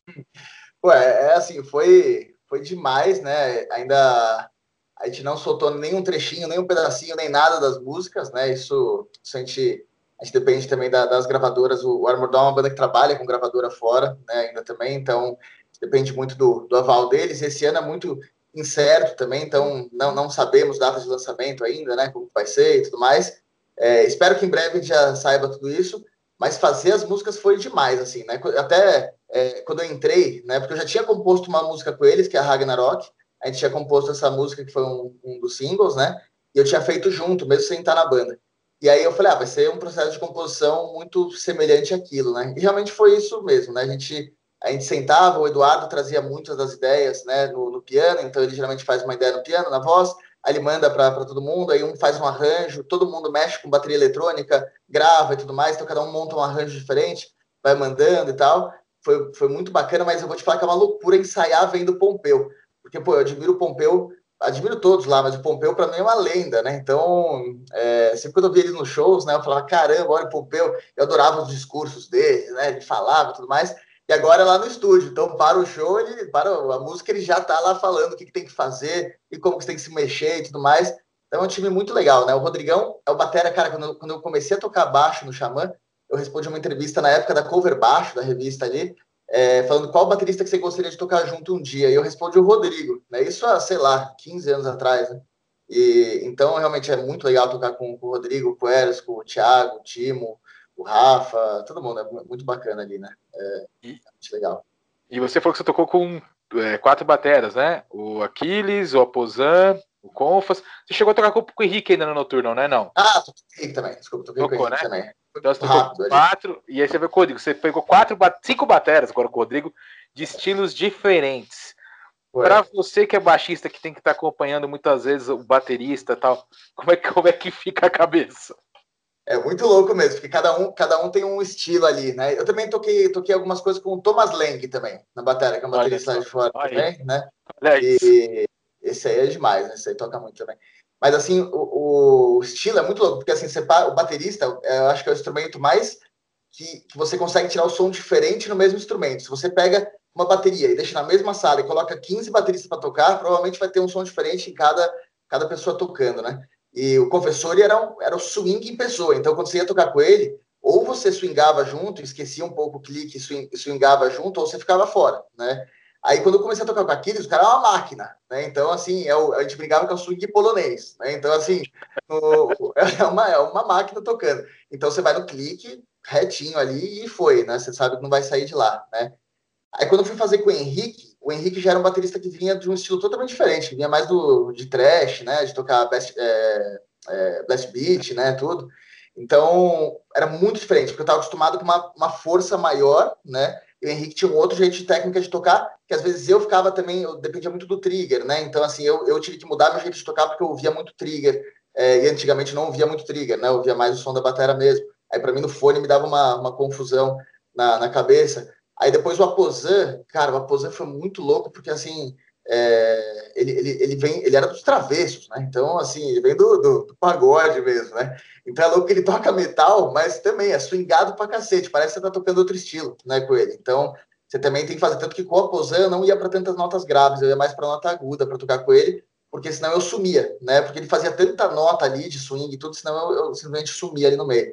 Ué, é assim, foi, foi demais, né? Ainda a gente não soltou nenhum trechinho, nem um pedacinho, nem nada das músicas, né? Isso, isso a, gente, a gente depende também da, das gravadoras. O, o Armored Down é uma banda que trabalha com gravadora fora, né? Ainda também, então depende muito do, do aval deles. Esse ano é muito incerto também, então não, não sabemos datas de lançamento ainda, né? Como vai ser e tudo mais. É, espero que em breve a gente já saiba tudo isso, mas fazer as músicas foi demais, assim, né? Até é, quando eu entrei, né? Porque eu já tinha composto uma música com eles, que é a Ragnarok. A gente tinha composto essa música, que foi um, um dos singles, né? E eu tinha feito junto, mesmo sem estar na banda. E aí eu falei, ah, vai ser um processo de composição muito semelhante àquilo, né? E realmente foi isso mesmo, né? A gente, a gente sentava, o Eduardo trazia muitas das ideias, né, no, no piano, então ele geralmente faz uma ideia no piano, na voz, aí ele manda para todo mundo, aí um faz um arranjo, todo mundo mexe com bateria eletrônica, grava e tudo mais, então cada um monta um arranjo diferente, vai mandando e tal. Foi, foi muito bacana, mas eu vou te falar que é uma loucura ensaiar vendo o Pompeu. Porque, pô, eu admiro o Pompeu, admiro todos lá, mas o Pompeu pra mim é uma lenda, né? Então, é, sempre quando eu via ele nos shows, né, eu falava, caramba, olha o Pompeu, eu adorava os discursos dele, né? Ele falava e tudo mais. E agora é lá no estúdio, então para o show, ele, para a música, ele já tá lá falando o que, que tem que fazer e como que tem que se mexer e tudo mais. Então é um time muito legal, né? O Rodrigão é o batera, cara, quando eu, quando eu comecei a tocar baixo no Xamã, eu respondi uma entrevista na época da Cover Baixo, da revista ali, É, falando qual baterista que você gostaria de tocar junto um dia. E eu respondi o Rodrigo, né? Isso há, sei lá, quinze anos atrás, né? E, então, realmente é muito legal tocar com, com o Rodrigo, com o Eros, com o Thiago, o Timo, o Rafa, todo mundo, é muito bacana ali, né? É, e, é muito legal. E você falou que você tocou com é, quatro bateras, né? O Aquiles, o Aposan, o Confas. Você chegou a tocar com o Henrique ainda no Noturno, né? Não? Ah, toquei com o Henrique também, desculpa, toquei Tocou, com o Henrique né? também. Então você tocou quatro, e aí você veio com o Rodrigo. Você pegou quatro, cinco bateras agora com o Rodrigo, de estilos diferentes. Para você que é baixista, que tem que estar tá acompanhando muitas vezes o baterista e tal, como é, que, como é que fica a cabeça? É muito louco mesmo, porque cada um, cada um tem um estilo ali, né? Eu também toquei, toquei algumas coisas com o Thomas Lang também, na bateria, que é um baterista lá de fora também, né? Olha isso. E esse aí é demais, né? Esse aí toca muito também. Mas, assim, o, o estilo é muito louco, porque, assim, você, o baterista, eu acho que é o instrumento mais que, que você consegue tirar o som diferente no mesmo instrumento. Se você pega uma bateria e deixa na mesma sala e coloca quinze bateristas para tocar, provavelmente vai ter um som diferente em cada, cada pessoa tocando, né? E o Confessor era, um, era o swing em pessoa. Então, quando você ia tocar com ele, ou você swingava junto, esquecia um pouco o clique e swing, swingava junto, ou você ficava fora, né? Aí, quando eu comecei a tocar com Aquiles, o cara é uma máquina, né? Então, assim, é o, a gente brincava que é o swing polonês, né? Então, assim, o, é, uma, é uma máquina tocando. Então, você vai no clique, retinho ali, e foi, né? Você sabe que não vai sair de lá, né? Aí, quando eu fui fazer com o Henrique, o Henrique já era um baterista que vinha de um estilo totalmente diferente, vinha mais do, de thrash, né? De tocar best, é, é, blast beat, né? Tudo. Então, era muito diferente, porque eu estava acostumado com uma, uma força maior, né? E o Henrique tinha um outro jeito de técnica de tocar, que às vezes eu ficava também, eu dependia muito do trigger, né? Então, assim, eu, eu tive que mudar meu jeito de tocar porque eu ouvia muito trigger. É, e antigamente não ouvia muito trigger, né? Eu ouvia mais o som da bateria mesmo. Aí, para mim, no fone me dava uma, uma confusão na, na cabeça. Aí, depois o Aposan, cara, o Aposan foi muito louco, porque, assim, é, ele, ele, ele, vem, ele era dos Travessos, né? Então, assim, ele vem do, do, do pagode mesmo, né? Então é louco que ele toca metal, mas também é swingado pra cacete. Parece que você tá tocando outro estilo, né, com ele. Então, você também tem que fazer. Tanto que com o Aposan eu não ia para tantas notas graves, eu ia mais para nota aguda para tocar com ele, porque senão eu sumia, né? Porque ele fazia tanta nota ali de swing e tudo, senão eu, eu simplesmente sumia ali no meio.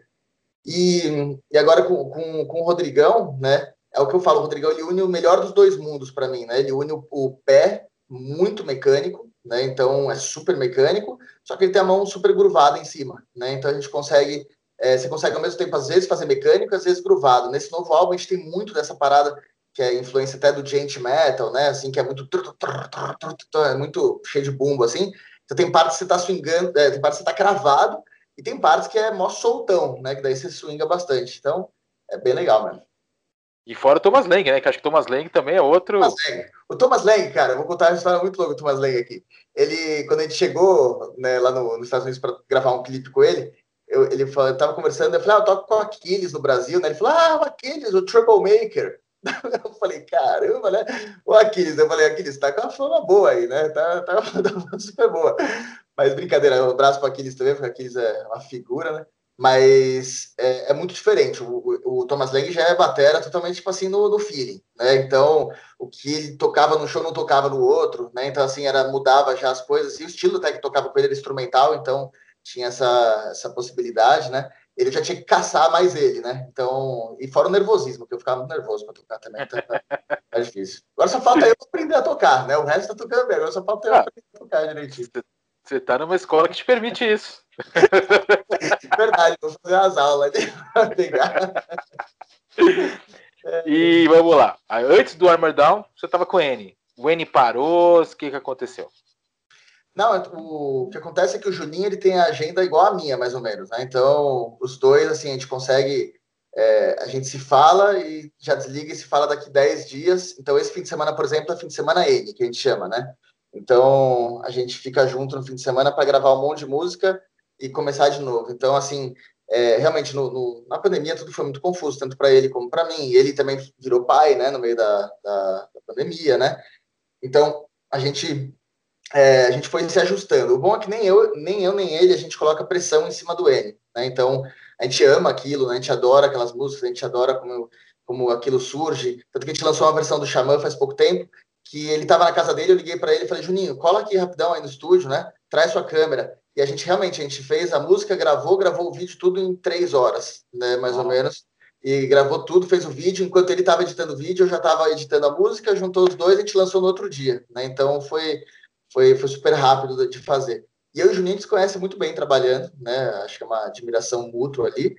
E, e agora com, com, com o Rodrigão, né? É o que eu falo, o Rodrigão ele une o melhor dos dois mundos para mim, né? Ele une o, o pé muito mecânico, né? Então é super mecânico, só que ele tem a mão super groovada em cima, né? Então a gente consegue, é, você consegue ao mesmo tempo, às vezes, fazer mecânico, às vezes groovado. Nesse novo álbum a gente tem muito dessa parada, que é influência até do gent metal, né? Assim, que é muito, é muito cheio de bumbo, assim. Então tem partes que você tá swingando, é, tem partes que você tá cravado, e tem partes que é mó soltão, né? Que daí você swinga bastante. Então é bem legal, mano. E fora o Thomas Lang, né? Que acho que o Thomas Lang também é outro. Thomas Lang. O Thomas Lang, cara, eu vou contar uma história muito louca do Thomas Lang aqui. Ele, quando a gente chegou, né, lá no, nos Estados Unidos para gravar um clipe com ele, eu, ele falou, eu tava conversando, eu falei, ah, eu toco com o Aquiles no Brasil, né? Ele falou, ah, o Aquiles, o Troublemaker. Eu falei, caramba, né? O Aquiles, eu falei, Aquiles, tá com uma fama boa aí, né? Tá, tá, tá super boa. Mas brincadeira, um abraço para Aquiles também, porque o Aquiles é uma figura, né? Mas é, é muito diferente. O, o, o Thomas Lang já é batera totalmente, tipo assim, no, no feeling, né? Então, o que ele tocava no show não tocava no outro, né? Então, assim, era, mudava já as coisas. E o estilo até que tocava com ele era instrumental, então tinha essa, essa possibilidade, né? Ele já tinha que caçar mais ele, né? Então, e fora o nervosismo, que eu ficava muito nervoso para tocar também, então é difícil. Agora só falta eu aprender a tocar, né? O resto tá tocando bem, agora só falta eu ah, aprender a tocar direitinho. Você tá numa escola que te permite isso. Verdade, vou fazer as aulas para pegar. E vamos lá. Antes do Armored Down, você tava com o N. O N parou, o que que aconteceu? Não, o que acontece é que o Juninho ele tem a agenda igual a minha, mais ou menos, né? Então, os dois, assim, a gente consegue, é, a gente se fala e já desliga e se fala daqui dez dias. Então, esse fim de semana, por exemplo, é fim de semana N, que a gente chama, né? Então, a gente fica junto no fim de semana para gravar um monte de música e começar de novo. Então, assim, é, realmente, no, no, na pandemia, tudo foi muito confuso, tanto para ele como para mim. Ele também virou pai, né, no meio da, da, da pandemia, né? Então, a gente, é, a gente foi se ajustando. O bom é que nem eu, nem eu, nem ele, a gente coloca pressão em cima do N, né? Então, a gente ama aquilo, né? A gente adora aquelas músicas, a gente adora como, como aquilo surge. Tanto que a gente lançou uma versão do Xamã faz pouco tempo, que ele estava na casa dele, eu liguei para ele e falei, Juninho, cola aqui rapidão aí no estúdio, né? Traz sua câmera. E a gente realmente, a gente fez a música, gravou, gravou o vídeo tudo em três horas, né? Mais ah. ou menos. E gravou tudo, fez o vídeo. Enquanto ele estava editando o vídeo, eu já estava editando a música, juntou os dois e a gente lançou no outro dia, né? Então foi, foi, foi super rápido de fazer. E eu e o Juninho se conhecem muito bem trabalhando, né? Acho que é uma admiração mútua ali.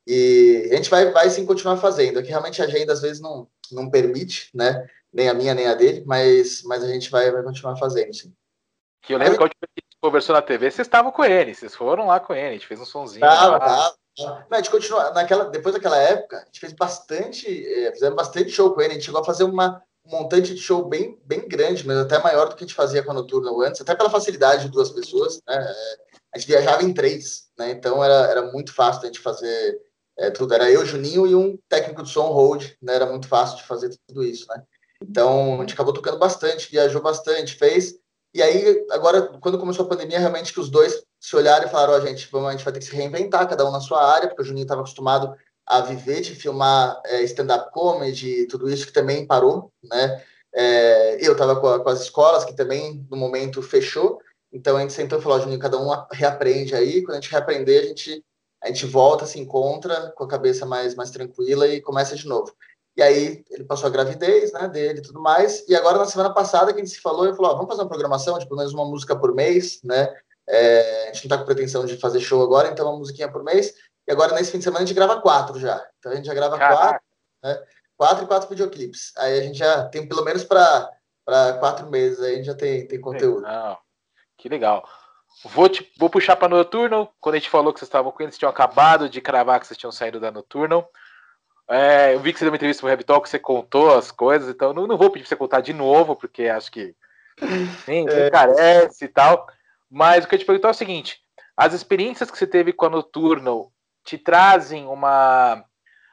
E a gente vai, vai sim continuar fazendo. Aqui realmente a agenda às vezes não, não permite, né? Nem a minha, nem a dele, mas, mas a gente vai, vai continuar fazendo, sim. Que eu lembro aí, que a última vez que a gente conversou na T V, vocês estavam com ele, vocês foram lá com ele, a gente fez um sonzinho. Tava, tava. Não, a gente continua, naquela, depois daquela época, a gente fez bastante, é, fizemos bastante show com ele, a gente chegou a fazer uma, um montante de show bem, bem grande, mas até maior do que a gente fazia com a Noturno antes, até pela facilidade de duas pessoas, né? A gente viajava em três, né? Então era, era muito fácil a gente fazer é, tudo. Era eu, Juninho e um técnico de som hold, né? Era muito fácil de fazer tudo isso, né? Então, a gente acabou tocando bastante, viajou bastante, fez. E aí, agora, quando começou a pandemia, realmente que os dois se olharam e falaram, ó, oh, gente, vamos, a gente vai ter que se reinventar, cada um na sua área, porque o Juninho estava acostumado a viver de filmar é, stand-up comedy, tudo isso que também parou, né? É, eu estava com, com as escolas, que também, no momento, fechou. Então, a gente sentou e falou, ó, oh, Juninho, cada um reaprende aí. Quando a gente reaprender, a gente, a gente volta, se encontra com a cabeça mais, mais tranquila e começa de novo. E aí ele passou a gravidez, né, dele e tudo mais. E agora, na semana passada, que a gente se falou, ele falou, ó, vamos fazer uma programação de pelo menos uma música por mês, né? É, a gente não tá com pretensão de fazer show agora, então uma musiquinha por mês. E agora, nesse fim de semana, a gente grava quatro já. Então a gente já grava Caraca. quatro, né? Quatro e quatro videoclipes. Aí a gente já tem pelo menos para quatro meses, aí a gente já tem, tem conteúdo. Legal. Que legal. Vou, te, vou puxar para Noturno. Quando a gente falou que vocês estavam com eles, tinham acabado de cravar que vocês tinham saído da Noturno. É, eu vi que você deu uma entrevista pro Rap Talk, você contou as coisas, então não, não vou pedir pra você contar de novo, porque acho que nem, nem é. carece e tal. Mas o que eu te pergunto é o seguinte: as experiências que você teve com a Noturno te trazem uma,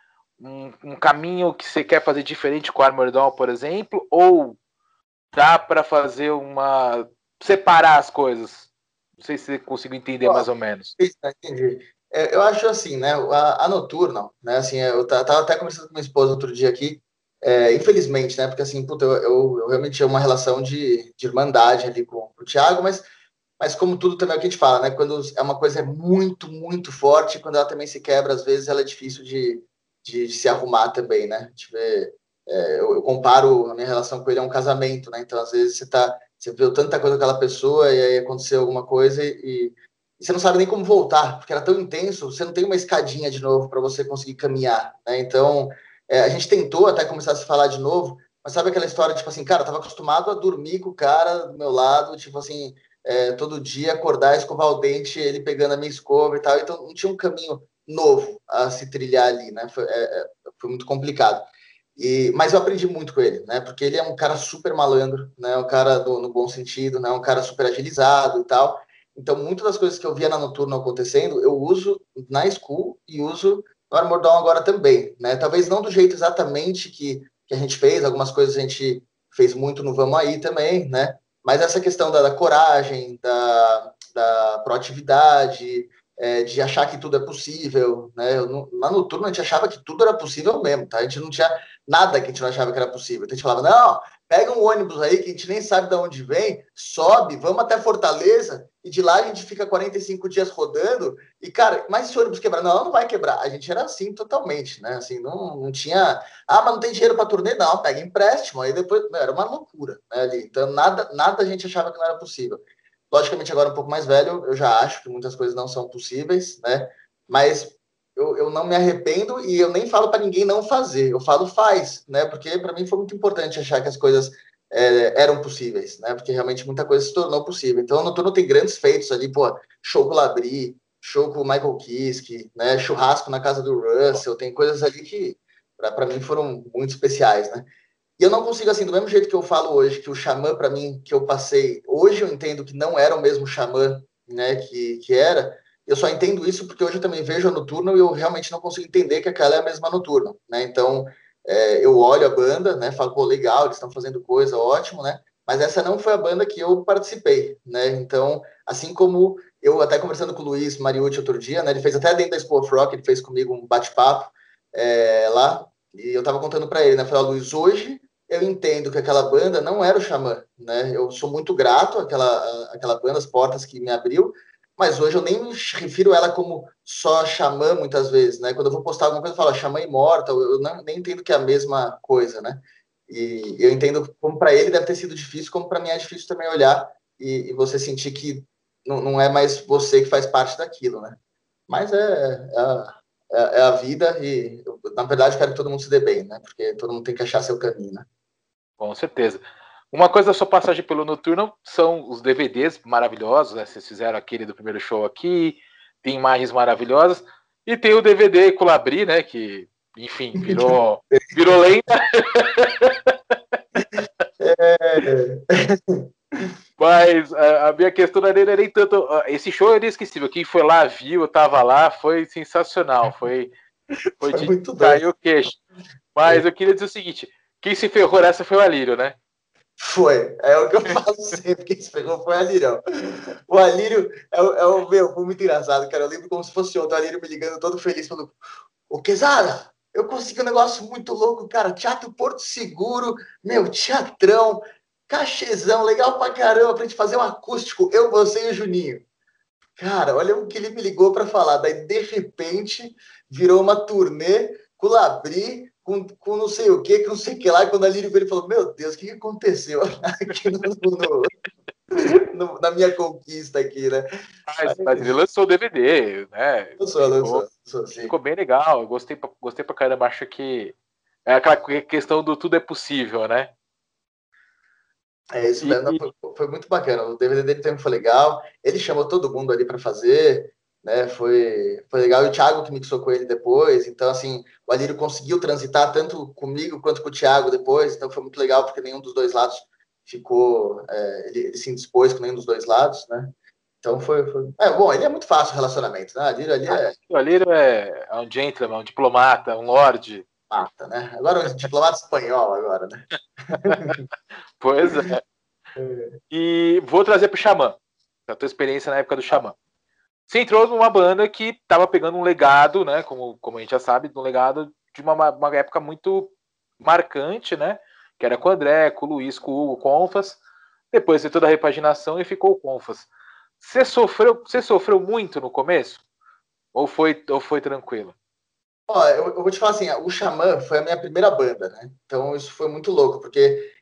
um, um caminho que você quer fazer diferente com a Armored Down, por exemplo? Ou dá para fazer uma. separar as coisas? Não sei se você conseguiu entender oh, mais ou menos. Entendi. Eu acho assim, né, a, a Noturno, né, assim, eu tava até conversando com minha esposa outro dia aqui, é, infelizmente, né, porque assim, puta, eu, eu, eu realmente tinha uma relação de, de irmandade ali com, com o Thiago, mas, mas como tudo também é o que a gente fala, né, quando é uma coisa muito, muito forte, quando ela também se quebra, às vezes ela é difícil de, de, de se arrumar também, né, a gente vê, é, eu, eu comparo a minha relação com ele a um casamento, né, então às vezes você tá, Você viu tanta coisa com aquela pessoa e aí aconteceu alguma coisa e, e você não sabe nem como voltar, porque era tão intenso, você não tem uma escadinha de novo para você conseguir caminhar, né? Então, é, a gente tentou até começar a se falar de novo, mas sabe aquela história, tipo assim, cara, eu tava acostumado a dormir com o cara do meu lado, tipo assim, é, todo dia acordar, escovar o dente, ele pegando a minha escova e tal, então não tinha um caminho novo a se trilhar ali, né? Foi, é, foi muito complicado. E, mas eu aprendi muito com ele, né? Porque ele é um cara super malandro, né? Um cara do, no bom sentido, né? Um cara super agilizado e tal. Então, muitas das coisas que eu via na Noturno acontecendo, eu uso na School e uso no Armor Down agora também, né? Talvez não do jeito exatamente que, que a gente fez, algumas coisas a gente fez muito no Vamos Aí também, né? Mas essa questão da, da coragem, da, da proatividade, é, de achar que tudo é possível, né? Eu, na Noturno a gente achava que tudo era possível mesmo, tá? A gente não tinha nada que a gente não achava que era possível. Então a gente falava, não, pega um ônibus aí que a gente nem sabe de onde vem, sobe, vamos até Fortaleza e de lá a gente fica quarenta e cinco dias rodando e, cara, mas se o ônibus quebrar? Não, não vai quebrar. A gente era assim totalmente, né? Assim, não, não tinha... Ah, mas não tem dinheiro para turnê? Não, pega empréstimo. Aí depois... Não, era uma loucura, né, ali. Então nada, nada a gente achava que não era possível. Logicamente, agora um pouco mais velho, eu já acho que muitas coisas não são possíveis, né? Mas eu, eu não me arrependo e eu nem falo para ninguém não fazer. Eu falo faz, né? Porque para mim foi muito importante achar que as coisas é, eram possíveis, né? Porque realmente muita coisa se tornou possível. Então, o Noturno tem grandes feitos ali, pô, show com o Labrie, show com o Michael Kiske, né? Churrasco na casa do Russell, tem coisas ali que para mim foram muito especiais, né? E eu não consigo, assim, do mesmo jeito que eu falo hoje, que o Xamã, para mim, que eu passei, hoje eu entendo que não era o mesmo Xamã, né, que, que era, eu só entendo isso porque hoje eu também vejo a Noturno e eu realmente não consigo entender que aquela é a mesma Noturno, né, então é, eu olho a banda, né, falo, pô, legal, eles estão fazendo coisa, ótimo, né, mas essa não foi a banda que eu participei, né, então, assim como eu até conversando com o Luiz Mariucci outro dia, né, ele fez até dentro da Expo of Rock, ele fez comigo um bate-papo é, lá, e eu tava contando para ele, né, falei, Luiz, hoje eu entendo que aquela banda não era o Xamã, né? Eu sou muito grato àquela, àquela banda, as portas que me abriu, mas hoje eu nem me refiro ela como só Xamã muitas vezes, né? Quando eu vou postar alguma coisa, eu falo Xamã Immortal, eu não, nem entendo que é a mesma coisa, né? E eu entendo como para ele deve ter sido difícil, como para mim é difícil também olhar e, e você sentir que não, não é mais você que faz parte daquilo, né? Mas é, é, a, é a vida e, eu, na verdade, eu quero que todo mundo se dê bem, né? Porque todo mundo tem que achar seu caminho, né? Com certeza. Uma coisa da sua passagem pelo Noturno são os D V Ds maravilhosos, né? Vocês fizeram aquele do primeiro show aqui, tem imagens maravilhosas, e tem o D V D com o Labrie, né? Que, enfim, virou, virou lenda. É... Mas a, a minha questão não era nem tanto. Esse show é inesquecível. Quem foi lá, viu, eu tava lá, foi sensacional. Foi, foi, Foi de muito cair doido. o queixo. Mas eu queria dizer o seguinte: quem se ferrou nessa foi o Alírio, né? Foi. É o que eu falo sempre. Quem se pegou foi o Alírio. O Alírio é o, é o meu, foi muito engraçado, cara. Eu lembro como se fosse ontem, o Alírio me ligando todo feliz, falando: Ô, Quesada, eu consegui um negócio muito louco, cara. Teatro Porto Seguro, meu, teatrão, cachezão, legal pra caramba, pra gente fazer um acústico, eu, você e o Juninho. Cara, olha o que ele me ligou para falar. Daí, de repente, virou uma turnê com o Labrie, com, com não sei o que, com não sei o que lá. E quando a Lírio veio, ele falou: Meu Deus, o que, que aconteceu aqui no, no, no, na minha conquista aqui, né? Mas, mas ele lançou o D V D, né? Lançou, lançou, lançou, sim. Ficou bem legal. Eu gostei, gostei pra caramba. Acho que é aquela questão do tudo é possível, né? É isso mesmo, não, foi, foi muito bacana. O D V D dele também foi legal. Ele chamou todo mundo ali para fazer, né? Foi, foi legal. E o Thiago que mixou com ele depois. Então, assim, o Alírio conseguiu transitar tanto comigo quanto com o Thiago depois. Então, foi muito legal porque nenhum dos dois lados ficou. É, ele, ele se indispôs com nenhum dos dois lados, né? Então, foi. foi... É, bom, ele é muito fácil o relacionamento, né? O Alírio ali é. O Alírio é, é um gentleman, um diplomata, um lorde. Mata, né? Agora um diplomata espanhol, agora, né? Pois é. E vou trazer pro Xamã, a tua experiência na época do Xamã. Você entrou numa banda que estava pegando um legado, né? Como, como a gente já sabe, um legado de uma, uma época muito marcante, né? Que era com o André, com o Luiz, com o Hugo, com o Confas. Depois de toda a repaginação e ficou o Confas. Você sofreu, você sofreu muito no começo? Ou foi, ou foi tranquilo? Ó, eu, eu vou te falar assim, o Xamã foi a minha primeira banda, né? Então isso foi muito louco, porque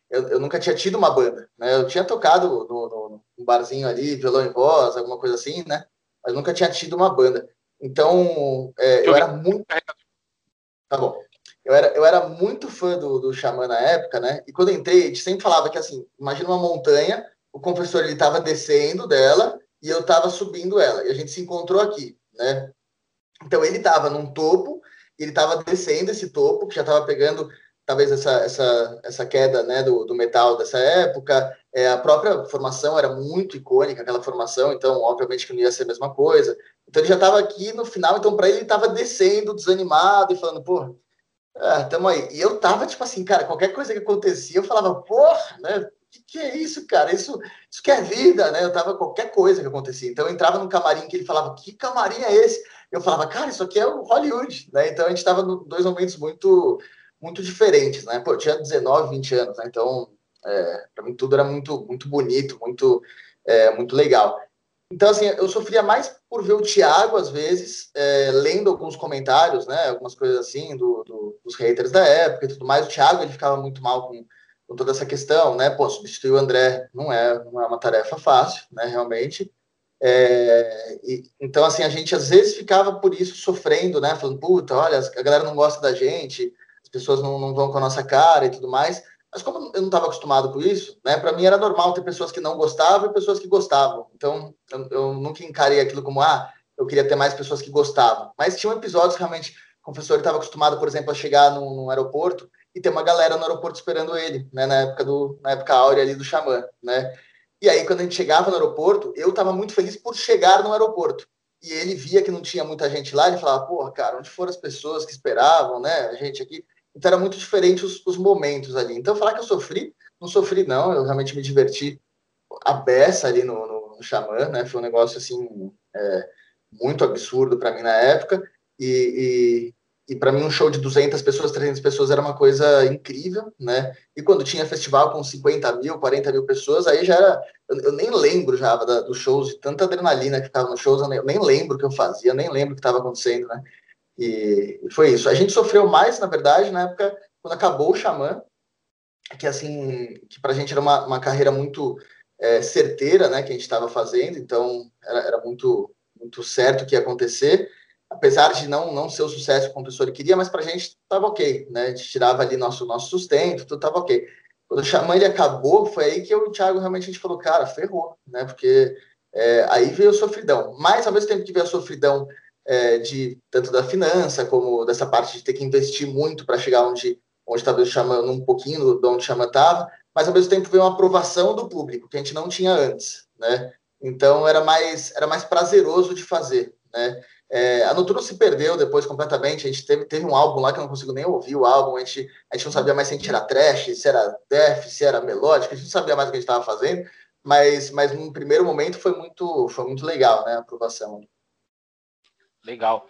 eu, eu nunca tinha tido uma banda, né? Eu tinha tocado no, no, no barzinho ali, violão e voz, alguma coisa assim, né? Mas nunca tinha tido uma banda. Então, é, eu era muito... Tá bom. Eu era, eu era muito fã do, do Xamã na época, né? E quando eu entrei, a gente sempre falava que, assim, imagina uma montanha, o confessor, ele estava descendo dela e eu estava subindo ela. E a gente se encontrou aqui, né? Então, ele estava num topo, e ele estava descendo esse topo, que já estava pegando, talvez, essa, essa, essa queda, né, do, do metal dessa época. É, a própria formação era muito icônica, aquela formação, então, obviamente, que não ia ser a mesma coisa. Então, ele já estava aqui no final, então, para ele, ele estava descendo, desanimado, e falando, pô, ah, tamo aí. E eu tava, tipo assim, cara, qualquer coisa que acontecia, eu falava, porra, né? O que, que é isso, cara? Isso, isso que é vida, né? Eu tava, qualquer coisa que acontecia. Então eu entrava num camarim que ele falava, que camarim é esse? Eu falava, cara, isso aqui é o Hollywood, né? Então a gente tava em dois momentos muito, muito diferentes, né? Pô, eu tinha dezenove, vinte anos, né? Então, é, pra mim tudo era muito, muito bonito, muito, é, muito legal. Então, assim, eu sofria mais por ver o Thiago, às vezes, é, lendo alguns comentários, né, algumas coisas assim, do, do, dos haters da época e tudo mais. O Thiago, ele ficava muito mal com, com toda essa questão, né? Pô, substituir o André não é, não é uma tarefa fácil, né, realmente. É, e, então, assim, a gente às vezes ficava por isso sofrendo, né? Falando, puta, olha, a galera não gosta da gente, as pessoas não, não vão com a nossa cara e tudo mais. Mas como eu não estava acostumado com isso, né? Para mim era normal ter pessoas que não gostavam e pessoas que gostavam. Então, eu, eu nunca encarei aquilo como, ah, eu queria ter mais pessoas que gostavam. Mas tinham episódios que realmente o professor estava acostumado, por exemplo, a chegar num, num aeroporto e ter uma galera no aeroporto esperando ele, né? Na época do, na época áurea ali do Xamã, né? E aí, quando a gente chegava no aeroporto, eu estava muito feliz por chegar no aeroporto. E ele via que não tinha muita gente lá, ele falava, porra, cara, onde foram as pessoas que esperavam, né? A gente aqui. Então, era muito diferente os, os momentos ali. Então, falar que eu sofri, não sofri, não. Eu realmente me diverti a beça ali no, no, no Xamã, né? Foi um negócio, assim, é, muito absurdo para mim na época. E, e, e para mim, um show de duzentas pessoas, trezentas pessoas era uma coisa incrível, né? E quando tinha festival com cinquenta mil, quarenta mil pessoas, aí já era... Eu, eu nem lembro já da, dos shows, de tanta adrenalina que ficava nos shows, eu nem, eu nem lembro o que eu fazia, eu nem lembro o que estava acontecendo, né? E, e foi isso. A gente sofreu mais, na verdade, na época, quando acabou o Xamã, que assim, que pra gente era uma, uma carreira muito é, certeira, né, que a gente estava fazendo, então era, era muito, muito certo o que ia acontecer, apesar de não, não ser o sucesso que o professor queria, mas pra gente estava ok, né, a gente tirava ali nosso, nosso sustento, tudo estava ok. Quando o Xamã ele acabou, foi aí que eu e o Thiago realmente a gente falou, cara, ferrou, né, porque é, aí veio a sofridão, mas ao mesmo tempo que veio a sofridão é, de tanto da finança como dessa parte de ter que investir muito para chegar onde onde talvez chamando um pouquinho de onde chama estava, mas ao mesmo tempo veio uma aprovação do público que a gente não tinha antes, né? Então era mais era mais prazeroso de fazer, né? É, a Noturno se perdeu depois completamente. A gente teve, teve um álbum lá que eu não consigo nem ouvir o álbum. A gente, a gente não sabia mais se a gente era trash, se era death, se era melódico. A gente não sabia mais o que a gente estava fazendo. Mas, mas no primeiro momento foi muito, foi muito legal, né? A aprovação. Legal.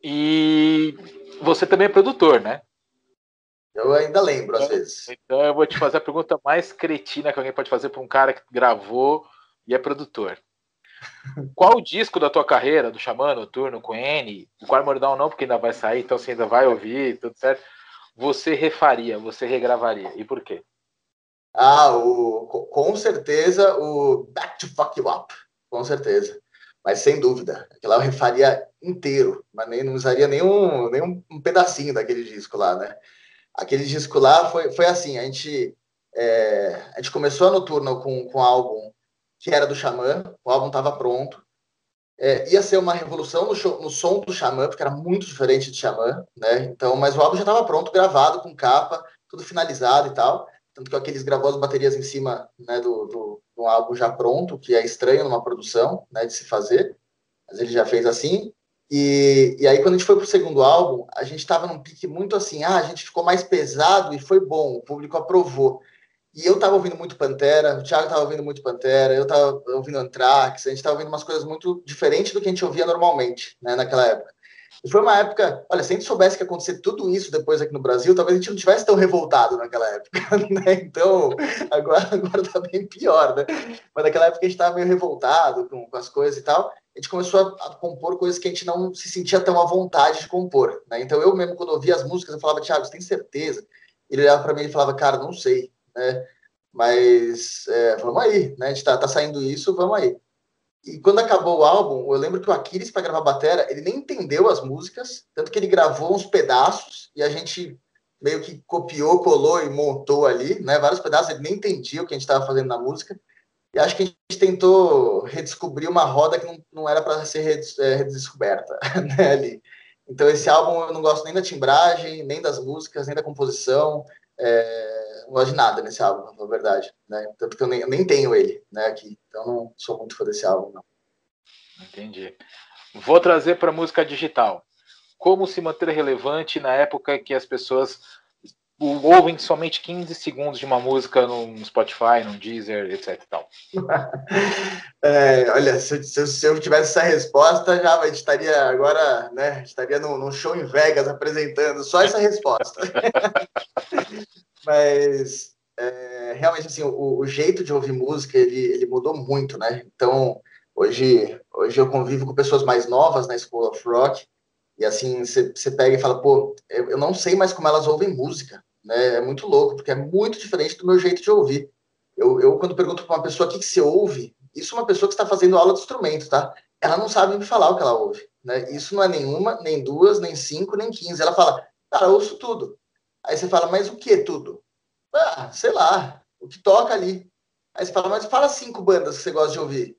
E você também é produtor, né? Eu ainda lembro, às então, vezes. Então eu vou te fazer a pergunta mais cretina que alguém pode fazer para um cara que gravou e é produtor. Qual disco da tua carreira, do Xamã, Noturno, com N, o Quarto Mordown não, porque ainda vai sair, então você ainda vai ouvir, tudo certo, você refaria, você regravaria, e por quê? Ah, o, com certeza o Back to Fuck You Up, com certeza. Mas sem dúvida, aquela eu refaria inteiro, mas nem, não usaria nenhum, nenhum um pedacinho daquele disco lá, né? Aquele disco lá foi, foi assim, a gente, é, a gente começou a Noturno com, com um álbum que era do Xamã, o álbum estava pronto, é, ia ser uma revolução no, show, no som do Xamã, porque era muito diferente de Xamã, né? Então, mas o álbum já estava pronto, gravado, com capa, tudo finalizado e tal. Tanto que aqueles gravou as baterias em cima, né, do, do, do álbum já pronto, que é estranho numa produção, né, de se fazer, mas ele já fez assim. E, e aí, quando a gente foi pro segundo álbum, a gente estava num pique muito assim, ah, a gente ficou mais pesado e foi bom, o público aprovou. E eu tava ouvindo muito Pantera, o Thiago tava ouvindo muito Pantera, eu tava ouvindo Anthrax, a gente tava ouvindo umas coisas muito diferentes do que a gente ouvia normalmente, né, naquela época. E foi uma época, olha, se a gente soubesse que ia acontecer tudo isso depois aqui no Brasil, talvez a gente não tivesse tão revoltado naquela época, né? Então, agora, agora tá bem pior, né? Mas naquela época a gente tava meio revoltado com, com as coisas e tal. A gente começou a, a compor coisas que a gente não se sentia tão à vontade de compor, né? Então, eu mesmo, quando ouvia as músicas, eu falava, Thiago, você tem certeza? Ele olhava para mim e falava, cara, não sei, né? Mas é, vamos aí, né? A gente tá, tá saindo isso, vamos aí. E quando acabou o álbum, eu lembro que o Aquiles, para gravar batera, ele nem entendeu as músicas, tanto que ele gravou uns pedaços e a gente meio que copiou, colou e montou ali, né? Vários pedaços, ele nem entendia o que a gente estava fazendo na música. E acho que a gente tentou redescobrir uma roda que não, não era para ser redescoberta, né? Ali. Então, esse álbum eu não gosto nem da timbragem, nem das músicas, nem da composição. É, não gosto de nada nesse álbum, na verdade. Né? Tanto que eu nem, eu nem tenho ele, né, aqui. Então, não sou muito fã desse álbum, não. Entendi. Vou trazer para música digital. Como se manter relevante na época que as pessoas ouvem somente quinze segundos de uma música no Spotify, no Deezer, etc. Tal. É, olha, se, se, se eu tivesse essa resposta, já estaria agora, né? Estaria num, num show em Vegas apresentando só essa resposta. Mas é, realmente assim, o, o jeito de ouvir música ele, ele mudou muito, né? Então hoje, hoje eu convivo com pessoas mais novas na School of Rock e assim você pega e fala, pô, eu, eu não sei mais como elas ouvem música, né? É muito louco porque é muito diferente do meu jeito de ouvir. Eu, eu quando pergunto para uma pessoa o que, que você ouve, isso é uma pessoa que está fazendo aula de instrumento, tá? Ela não sabe me falar o que ela ouve, né? Isso não é nenhuma, nem duas, nem cinco, nem quinze. Ela fala, cara, eu ouço tudo. Aí você fala, mas o que tudo? Ah, sei lá, o que toca ali. Aí você fala, mas fala cinco bandas que você gosta de ouvir.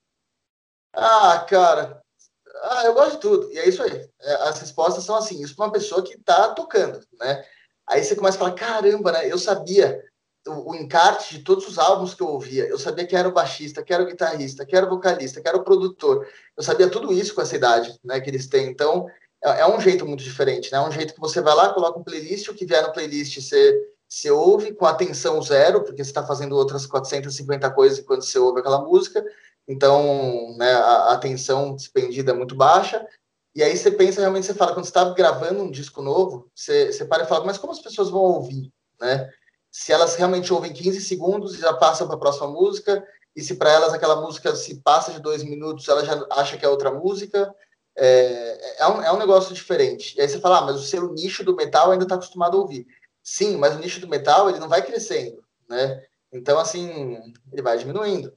Ah, cara, ah, eu gosto de tudo. E é isso aí. É, as respostas são assim, isso para uma pessoa que tá tocando, né? Aí você começa a falar, caramba, né? Eu sabia o, o encarte de todos os álbuns que eu ouvia. Eu sabia que era o baixista, que era o guitarrista, que era o vocalista, que era o produtor. Eu sabia tudo isso com essa idade, né, que eles têm. Então, é, é um jeito muito diferente, né? É um jeito que você vai lá, coloca um playlist, o que vier no playlist você, você ouve com atenção zero, porque você está fazendo outras quatrocentas e cinquenta coisas enquanto você ouve aquela música. Então, né, a, a atenção despendida é muito baixa. E aí você pensa, realmente, você fala, quando você está gravando um disco novo, você, você para e fala, mas como as pessoas vão ouvir, né? Se elas realmente ouvem quinze segundos e já passam para a próxima música, e se para elas aquela música se passa de dois minutos, ela já acha que é outra música, é, é, um, é um negócio diferente. E aí você fala, ah, mas o seu nicho do metal ainda está acostumado a ouvir. Sim, mas o nicho do metal, ele não vai crescendo, né? Então, assim, ele vai diminuindo.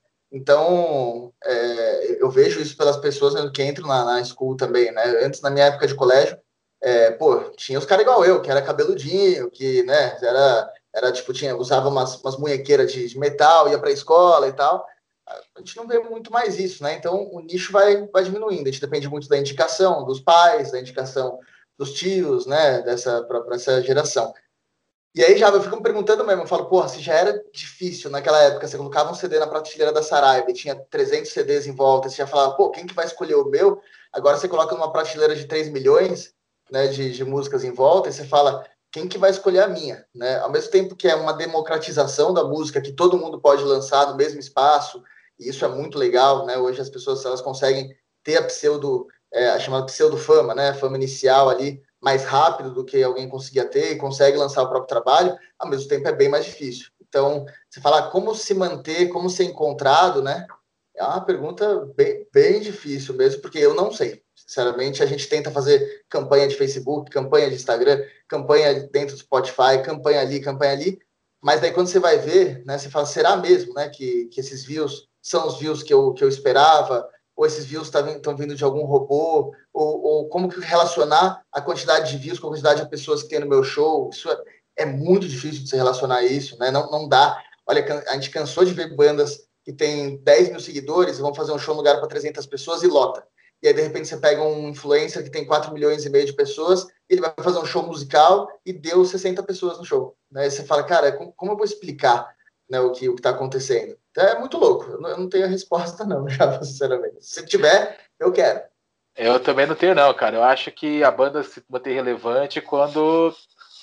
Então, é, eu vejo isso pelas pessoas que entram na, na school também, né? Antes, na minha época de colégio, é, pô, tinha os caras igual eu, que era cabeludinho, que, né, era, era tipo, tinha, usava umas, umas munhequeiras de, de metal, ia pra escola e tal. A gente não vê muito mais isso, né? Então, o nicho vai, vai diminuindo. A gente depende muito da indicação dos pais, da indicação dos tios, né, dessa, para essa geração. E aí já eu fico me perguntando mesmo, eu falo, porra, se já era difícil naquela época, você colocava um C D na prateleira da Saraiva e tinha trezentos C Ds em volta, você já falava, pô, quem que vai escolher o meu? Agora você coloca numa prateleira de três milhões, né, de, de músicas em volta, e você fala, quem que vai escolher a minha? Né? Ao mesmo tempo que é uma democratização da música, que todo mundo pode lançar no mesmo espaço, e isso é muito legal, né? Hoje as pessoas elas conseguem ter a pseudo, é, a chamada pseudo-fama, né? Fama inicial ali, mais rápido do que alguém conseguia ter e consegue lançar o próprio trabalho, ao mesmo tempo é bem mais difícil. Então, você falar como se manter, como ser encontrado, né? É uma pergunta bem, bem difícil mesmo, porque eu não sei. Sinceramente, a gente tenta fazer campanha de Facebook, campanha de Instagram, campanha dentro do Spotify, campanha ali, campanha ali, mas daí quando você vai ver, né, você fala, será mesmo, né, que, que esses views são os views que eu, que eu esperava? Ou esses views estão vindo de algum robô, ou, ou como que relacionar a quantidade de views com a quantidade de pessoas que tem no meu show. Isso é, é muito difícil de se relacionar a isso, né? Não, não dá. Olha, a gente cansou de ver bandas que tem dez mil seguidores, vão fazer um show no lugar para trezentas pessoas e lota. E aí, de repente, você pega um influencer que tem quatro milhões e meio de pessoas, ele vai fazer um show musical e deu sessenta pessoas no show. Né? E você fala, cara, como, como eu vou explicar, né, o que o está acontecendo? Então, é muito louco. Eu não, eu não tenho a resposta, não, já, sinceramente. Se tiver, eu quero. Eu também não tenho, não, cara. Eu acho que a banda se mantém relevante quando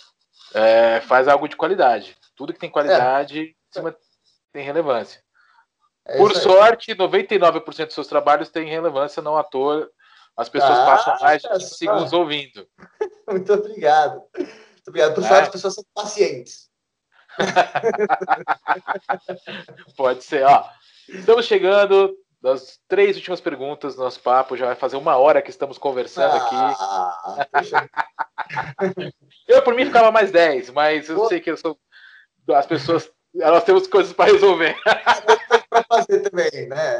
é, faz algo de qualidade. Tudo que tem qualidade é. tem relevância. É Por sorte, noventa e nove por cento dos seus trabalhos têm relevância, não à toa. As pessoas ah, passam mais de quinze segundos ouvindo. Muito obrigado. Muito obrigado. Por é. sorte, as pessoas são pacientes. Pode ser, ó. Estamos chegando das três últimas perguntas do nosso papo. Já vai fazer uma hora que estamos conversando ah, aqui. Eu, por mim, ficava mais dez, mas eu Pô. sei que eu sou... as pessoas Nós temos coisas para resolver. Para fazer também, né?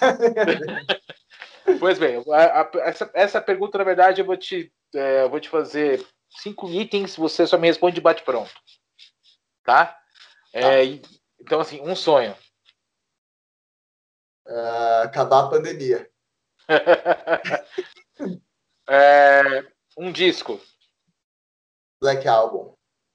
Pois bem, a, a, essa, essa pergunta, na verdade, eu vou te, é, eu vou te fazer cinco itens, você só me responde de bate-pronto. Tá? É, tá. Então, assim, um sonho. Uh, acabar a pandemia. é, um disco. Black Album.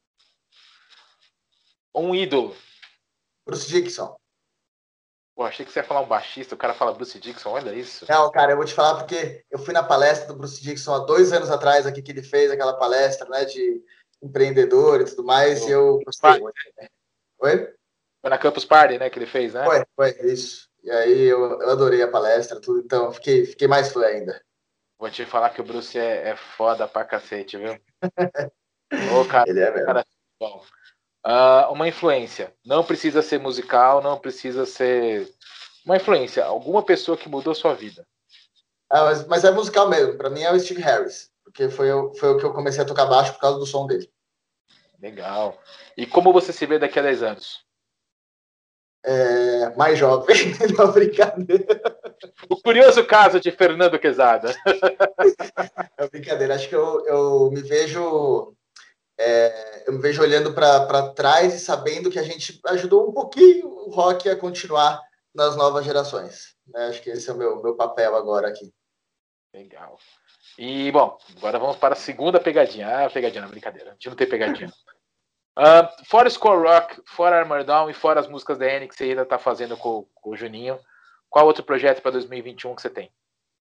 Um ídolo. Bruce Dickinson. Pô, achei que você ia falar um baixista, o cara fala Bruce Dickinson, olha isso. Não, cara, eu vou te falar porque eu fui na palestra do Bruce Dickinson há dois anos atrás, aqui que ele fez aquela palestra, né, de empreendedor e tudo mais, eu... e eu gostei muito. Oi? Foi na Campus Party, né, que ele fez, né? Foi, foi, isso. E aí eu, eu adorei a palestra, tudo, então fiquei, fiquei mais fã ainda. Vou te falar que o Bruce é, é foda pra cacete, viu? Ô, cara, ele é mesmo. Cara, bom. Uh, uma influência. Não precisa ser musical, não precisa ser... Uma influência. Alguma pessoa que mudou sua vida. Ah, mas, mas é musical mesmo. Para mim é o Steve Harris. Porque foi, foi o que eu comecei a tocar baixo por causa do som dele. Legal. E como você se vê daqui a dez anos? É, mais jovem. Não, brincadeira. O curioso caso de Fernando Quezada. É brincadeira. Acho que eu, eu me vejo... É, eu me vejo olhando para trás e sabendo que a gente ajudou um pouquinho o rock a continuar nas novas gerações. Né? Acho que esse é o meu, meu papel agora aqui. Legal. E, bom, agora vamos para a segunda pegadinha. Ah, pegadinha, não, brincadeira. A gente não tem pegadinha. uh, fora Skull Rock, fora Armored Down e fora as músicas da N que você ainda está fazendo com, com o Juninho, qual outro projeto para dois mil e vinte e um que você tem?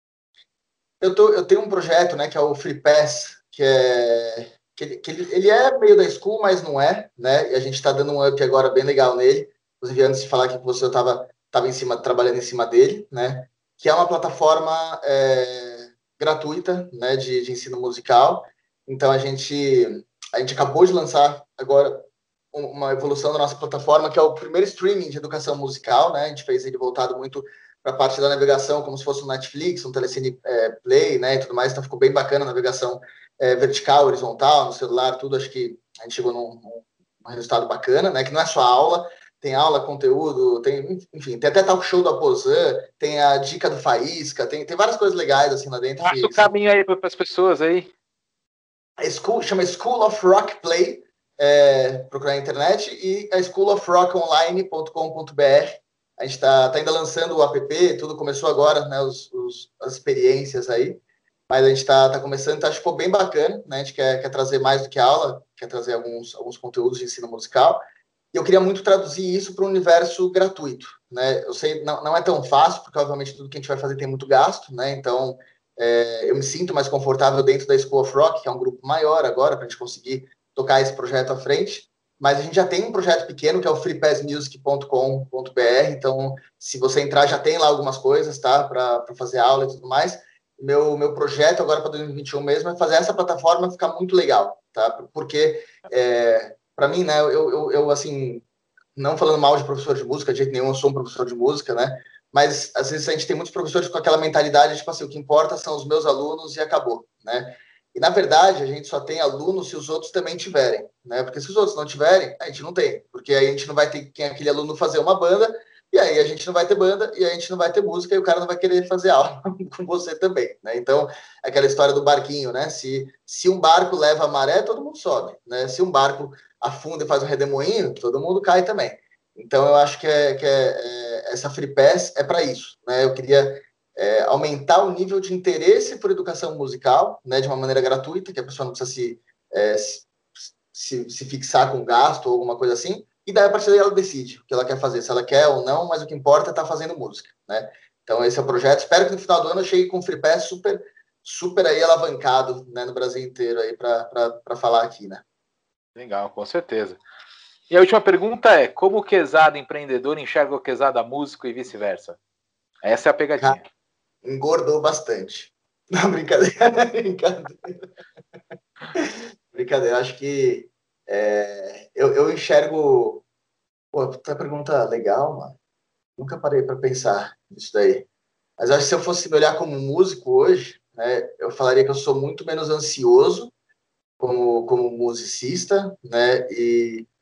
Eu, tô, eu tenho um projeto, né, que é o Free Pass, que é... Que ele, que ele, ele é meio da school, mas não é, né? E a gente está dando um up agora bem legal nele. Inclusive, antes de falar aqui com você, eu estava tava em cima, trabalhando em cima dele, né? Que é uma plataforma é, gratuita, né? De, de ensino musical. Então, a gente, a gente acabou de lançar agora uma evolução da nossa plataforma, que é o primeiro streaming de educação musical, né? A gente fez ele voltado muito para a parte da navegação, como se fosse um Netflix, um Telecine é, Play, né? E tudo mais. Então, ficou bem bacana a navegação É, vertical, horizontal, no celular, tudo. Acho que a gente chegou num, num resultado bacana, né? Que não é só aula, tem aula, conteúdo, tem, enfim, tem até talk show do Aposan, tem a dica do Faísca, tem, tem várias coisas legais assim lá dentro. Passa o caminho aí para as pessoas aí. A school, chama School of Rock Play, é, procurar na internet, e a school of rock online ponto com ponto b r. A gente está tá ainda lançando o app, tudo começou agora, né? Os, os, as experiências aí. Mas a gente está tá começando, então acho que ficou bem bacana, né? A gente quer, quer trazer mais do que aula, quer trazer alguns, alguns conteúdos de ensino musical. E eu queria muito traduzir isso para um universo gratuito, né? Eu sei, não, não é tão fácil, porque obviamente tudo que a gente vai fazer tem muito gasto, né? Então, é, eu me sinto mais confortável dentro da School of Rock, que é um grupo maior agora, para a gente conseguir tocar esse projeto à frente. Mas a gente já tem um projeto pequeno, que é o free pass music ponto com ponto b r. Então, se você entrar, já tem lá algumas coisas, tá? Para fazer aula e tudo mais. Meu, meu projeto agora para dois mil e vinte e um mesmo é fazer essa plataforma ficar muito legal, tá? Porque, é, para mim, né, eu, eu, eu, assim, não falando mal de professor de música, de jeito nenhum, eu sou um professor de música, né? Mas, às vezes, a gente tem muitos professores com aquela mentalidade, tipo assim, o que importa são os meus alunos e acabou, né? E, na verdade, a gente só tem alunos se os outros também tiverem, né? Porque se os outros não tiverem, a gente não tem. Porque aí a gente não vai ter quem aquele aluno fazer uma banda, e aí a gente não vai ter banda, e a gente não vai ter música, e o cara não vai querer fazer aula com você também, né? Então, aquela história do barquinho, né? Se, se um barco leva a maré, todo mundo sobe, né? Se um barco afunda e faz um redemoinho, todo mundo cai também. Então, eu acho que, é, que é, é, essa Free Pass é para isso, né? Eu queria é, aumentar o nível de interesse por educação musical, né? De uma maneira gratuita, que a pessoa não precisa se, é, se, se fixar com gasto ou alguma coisa assim. E daí, a partir daí, ela decide o que ela quer fazer, se ela quer ou não, mas o que importa é estar fazendo música, né? Então, esse é o projeto. Espero que no final do ano eu chegue com um Free Pass super, super aí alavancado, né, no Brasil inteiro aí para falar aqui, né? Legal, com certeza. E a última pergunta é, como o Quezada empreendedor enxerga o Quezada músico e vice-versa? Essa é a pegadinha. Cara, engordou bastante. Não, brincadeira, brincadeira. Brincadeira, acho que é, eu, eu enxergo... Pô, puta pergunta legal, mano. Nunca parei para pensar nisso daí. Mas acho que se eu fosse me olhar como músico hoje, né, eu falaria que eu sou muito menos ansioso como, como musicista, né? E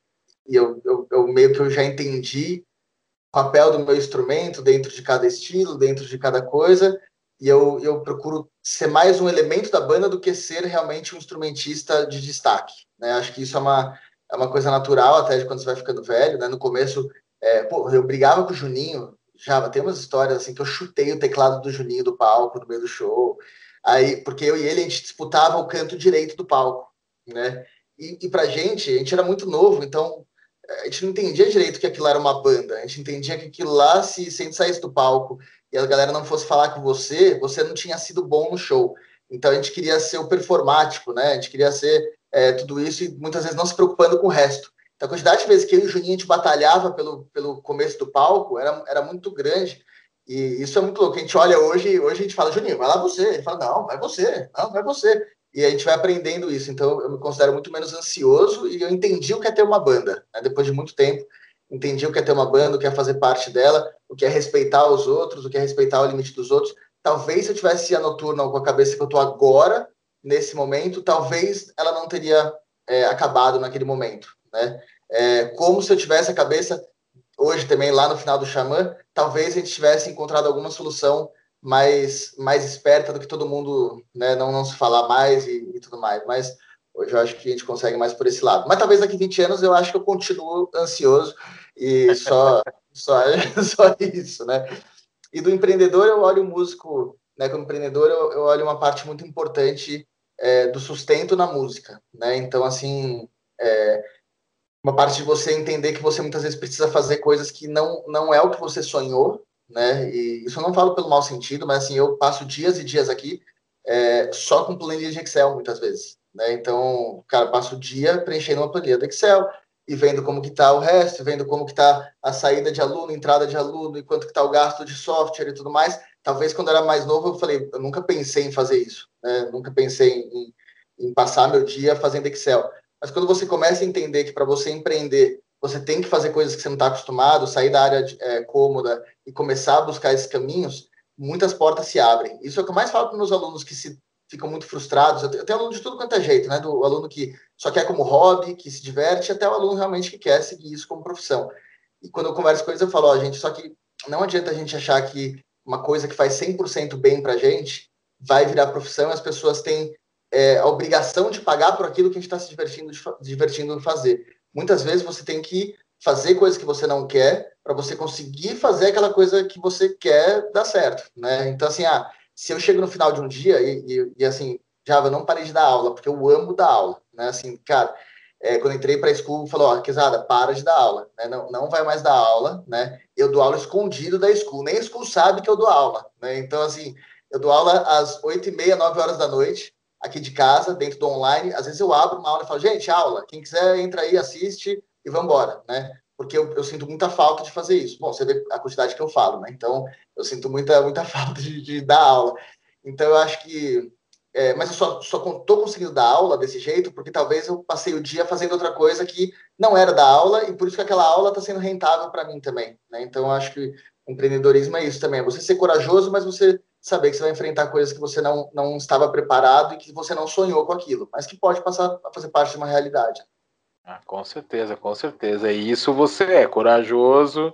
e eu, eu, eu meio que eu já entendi o papel do meu instrumento dentro de cada estilo, dentro de cada coisa, e eu, eu procuro ser mais um elemento da banda do que ser realmente um instrumentista de destaque, né? Acho que isso é uma, é uma coisa natural até de quando você vai ficando velho, né? No começo, é, pô, eu brigava com o Juninho, já tem umas histórias assim que eu chutei o teclado do Juninho do palco no meio do show, aí, porque eu e ele, a gente disputava o canto direito do palco, né? E, e pra gente, a gente era muito novo, então a gente não entendia direito que aquilo era uma banda. A gente entendia que aquilo lá, se, se a gente saísse do palco e a galera não fosse falar com você, você não tinha sido bom no show. Então a gente queria ser o performático, né? A gente queria ser é, tudo isso e muitas vezes não se preocupando com o resto. Então a quantidade de vezes que eu e o Juninho a gente batalhava pelo, pelo começo do palco era, era muito grande. E isso é muito louco. A gente olha hoje, hoje a gente fala, Juninho, vai lá você. Ele fala, não, vai você, não, vai você. E a gente vai aprendendo isso. Então, eu me considero muito menos ansioso e eu entendi o que é ter uma banda, né? Depois de muito tempo, entendi o que é ter uma banda, o que é fazer parte dela, o que é respeitar os outros, o que é respeitar o limite dos outros. Talvez se eu tivesse a Noturna com a cabeça que eu tô agora, nesse momento, talvez ela não teria é, acabado naquele momento, né? É, como se eu tivesse a cabeça, hoje também, lá no final do Xamã, talvez a gente tivesse encontrado alguma solução mais, mais esperta do que todo mundo, né, não, não se falar mais e, e tudo mais. Mas hoje eu acho que a gente consegue mais por esse lado. Mas talvez daqui a vinte anos eu acho que eu continuo ansioso e só, só, só isso, né? E do empreendedor eu olho o músico, né, como empreendedor eu, eu olho uma parte muito importante é, do sustento na música, né? Então, assim, é, uma parte de você entender que você muitas vezes precisa fazer coisas que não, não é o que você sonhou, né? E isso eu não falo pelo mau sentido, mas assim, eu passo dias e dias aqui é, só com planilha de Excel, muitas vezes, né? Então, cara, passo o dia preenchendo uma planilha do Excel e vendo como que tá o resto, vendo como que tá a saída de aluno, entrada de aluno, e quanto que tá o gasto de software e tudo mais. Talvez quando eu era mais novo, eu falei, eu nunca pensei em fazer isso, né? Nunca pensei em, em passar meu dia fazendo Excel. Mas quando você começa a entender que para você empreender, você tem que fazer coisas que você não está acostumado, sair da área de, é, cômoda e começar a buscar esses caminhos, muitas portas se abrem. Isso é o que eu mais falo para meus alunos que se ficam muito frustrados. Eu tenho, eu tenho aluno de tudo quanto é jeito, né? Do aluno que só quer como hobby, que se diverte, até o aluno realmente que quer seguir isso como profissão. E quando eu converso com eles, eu falo, ó, gente, só que não adianta a gente achar que uma coisa que faz cem por cento bem para a gente vai virar profissão e as pessoas têm é, a obrigação de pagar por aquilo que a gente está se divertindo, de, divertindo fazer. Muitas vezes você tem que fazer coisas que você não quer para você conseguir fazer aquela coisa que você quer dar certo, né? Então, assim, ah, se eu chego no final de um dia e, e, e assim, Java, eu não parei de dar aula, porque eu amo dar aula, né? Assim, cara, é, quando eu entrei para a school, falou, ó, Quezada, para de dar aula, né? Não, não vai mais dar aula, né? Eu dou aula escondido da school, nem a school sabe que eu dou aula, né? Então, assim, eu dou aula às oito e meia, nove horas da noite, aqui de casa, dentro do online. Às vezes eu abro uma aula e falo, gente, aula, quem quiser entra aí, assiste e vamos embora, né? Porque eu, eu sinto muita falta de fazer isso. Bom, você vê a quantidade que eu falo, né? Então, eu sinto muita, muita falta de, de dar aula. Então, eu acho que... É, mas eu só, só tô conseguindo dar aula desse jeito porque talvez eu passei o dia fazendo outra coisa que não era da aula e por isso que aquela aula está sendo rentável para mim também, né? Então, eu acho que o empreendedorismo é isso também. É você ser corajoso, mas você saber que você vai enfrentar coisas que você não, não estava preparado e que você não sonhou com aquilo, mas que pode passar a fazer parte de uma realidade. Ah, com certeza, com certeza. E isso você é corajoso,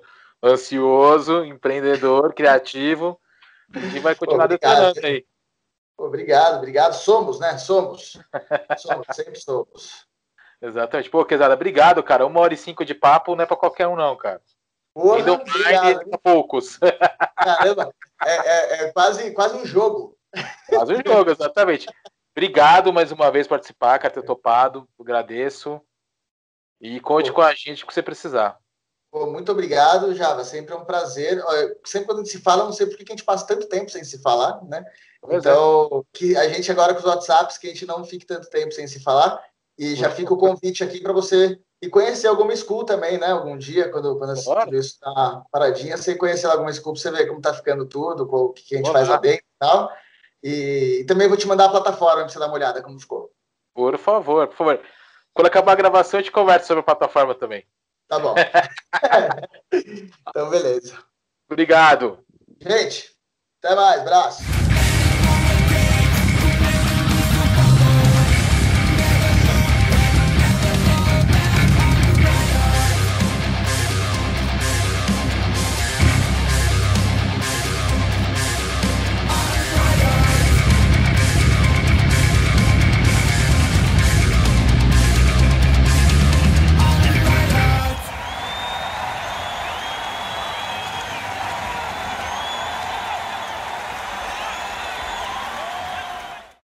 ansioso, empreendedor, criativo, e vai continuar detonando aí. Obrigado, obrigado. Somos, né? Somos. Somos, sempre somos. Exatamente. Pô, Quezada, obrigado, cara. Uma hora e cinco de papo não é pra qualquer um, não, cara. Porra, ainda online pra poucos. Caramba, é, é, é quase, quase um jogo. Quase um jogo, exatamente. Obrigado mais uma vez por participar, cara, ter topado. Agradeço. E conte Pô. com a gente o que você precisar. Pô, muito obrigado, Java. Sempre é um prazer. Sempre quando a gente se fala, não sei por que a gente passa tanto tempo sem se falar, né? Pois então, é. que a gente agora com os WhatsApps, que a gente não fique tanto tempo sem se falar. E já fica o convite aqui para você e conhecer alguma school também, né? Algum dia, quando, quando tudo isso está paradinha, você conhecer alguma school para você ver como está ficando tudo, o que a gente Olá. faz lá dentro e tal. E, e também vou te mandar a plataforma para você dar uma olhada como ficou. Por favor, por favor. Quando acabar a gravação, eu te converso sobre a plataforma também. Tá bom. Então, beleza. Obrigado. Gente, até mais. Abraço.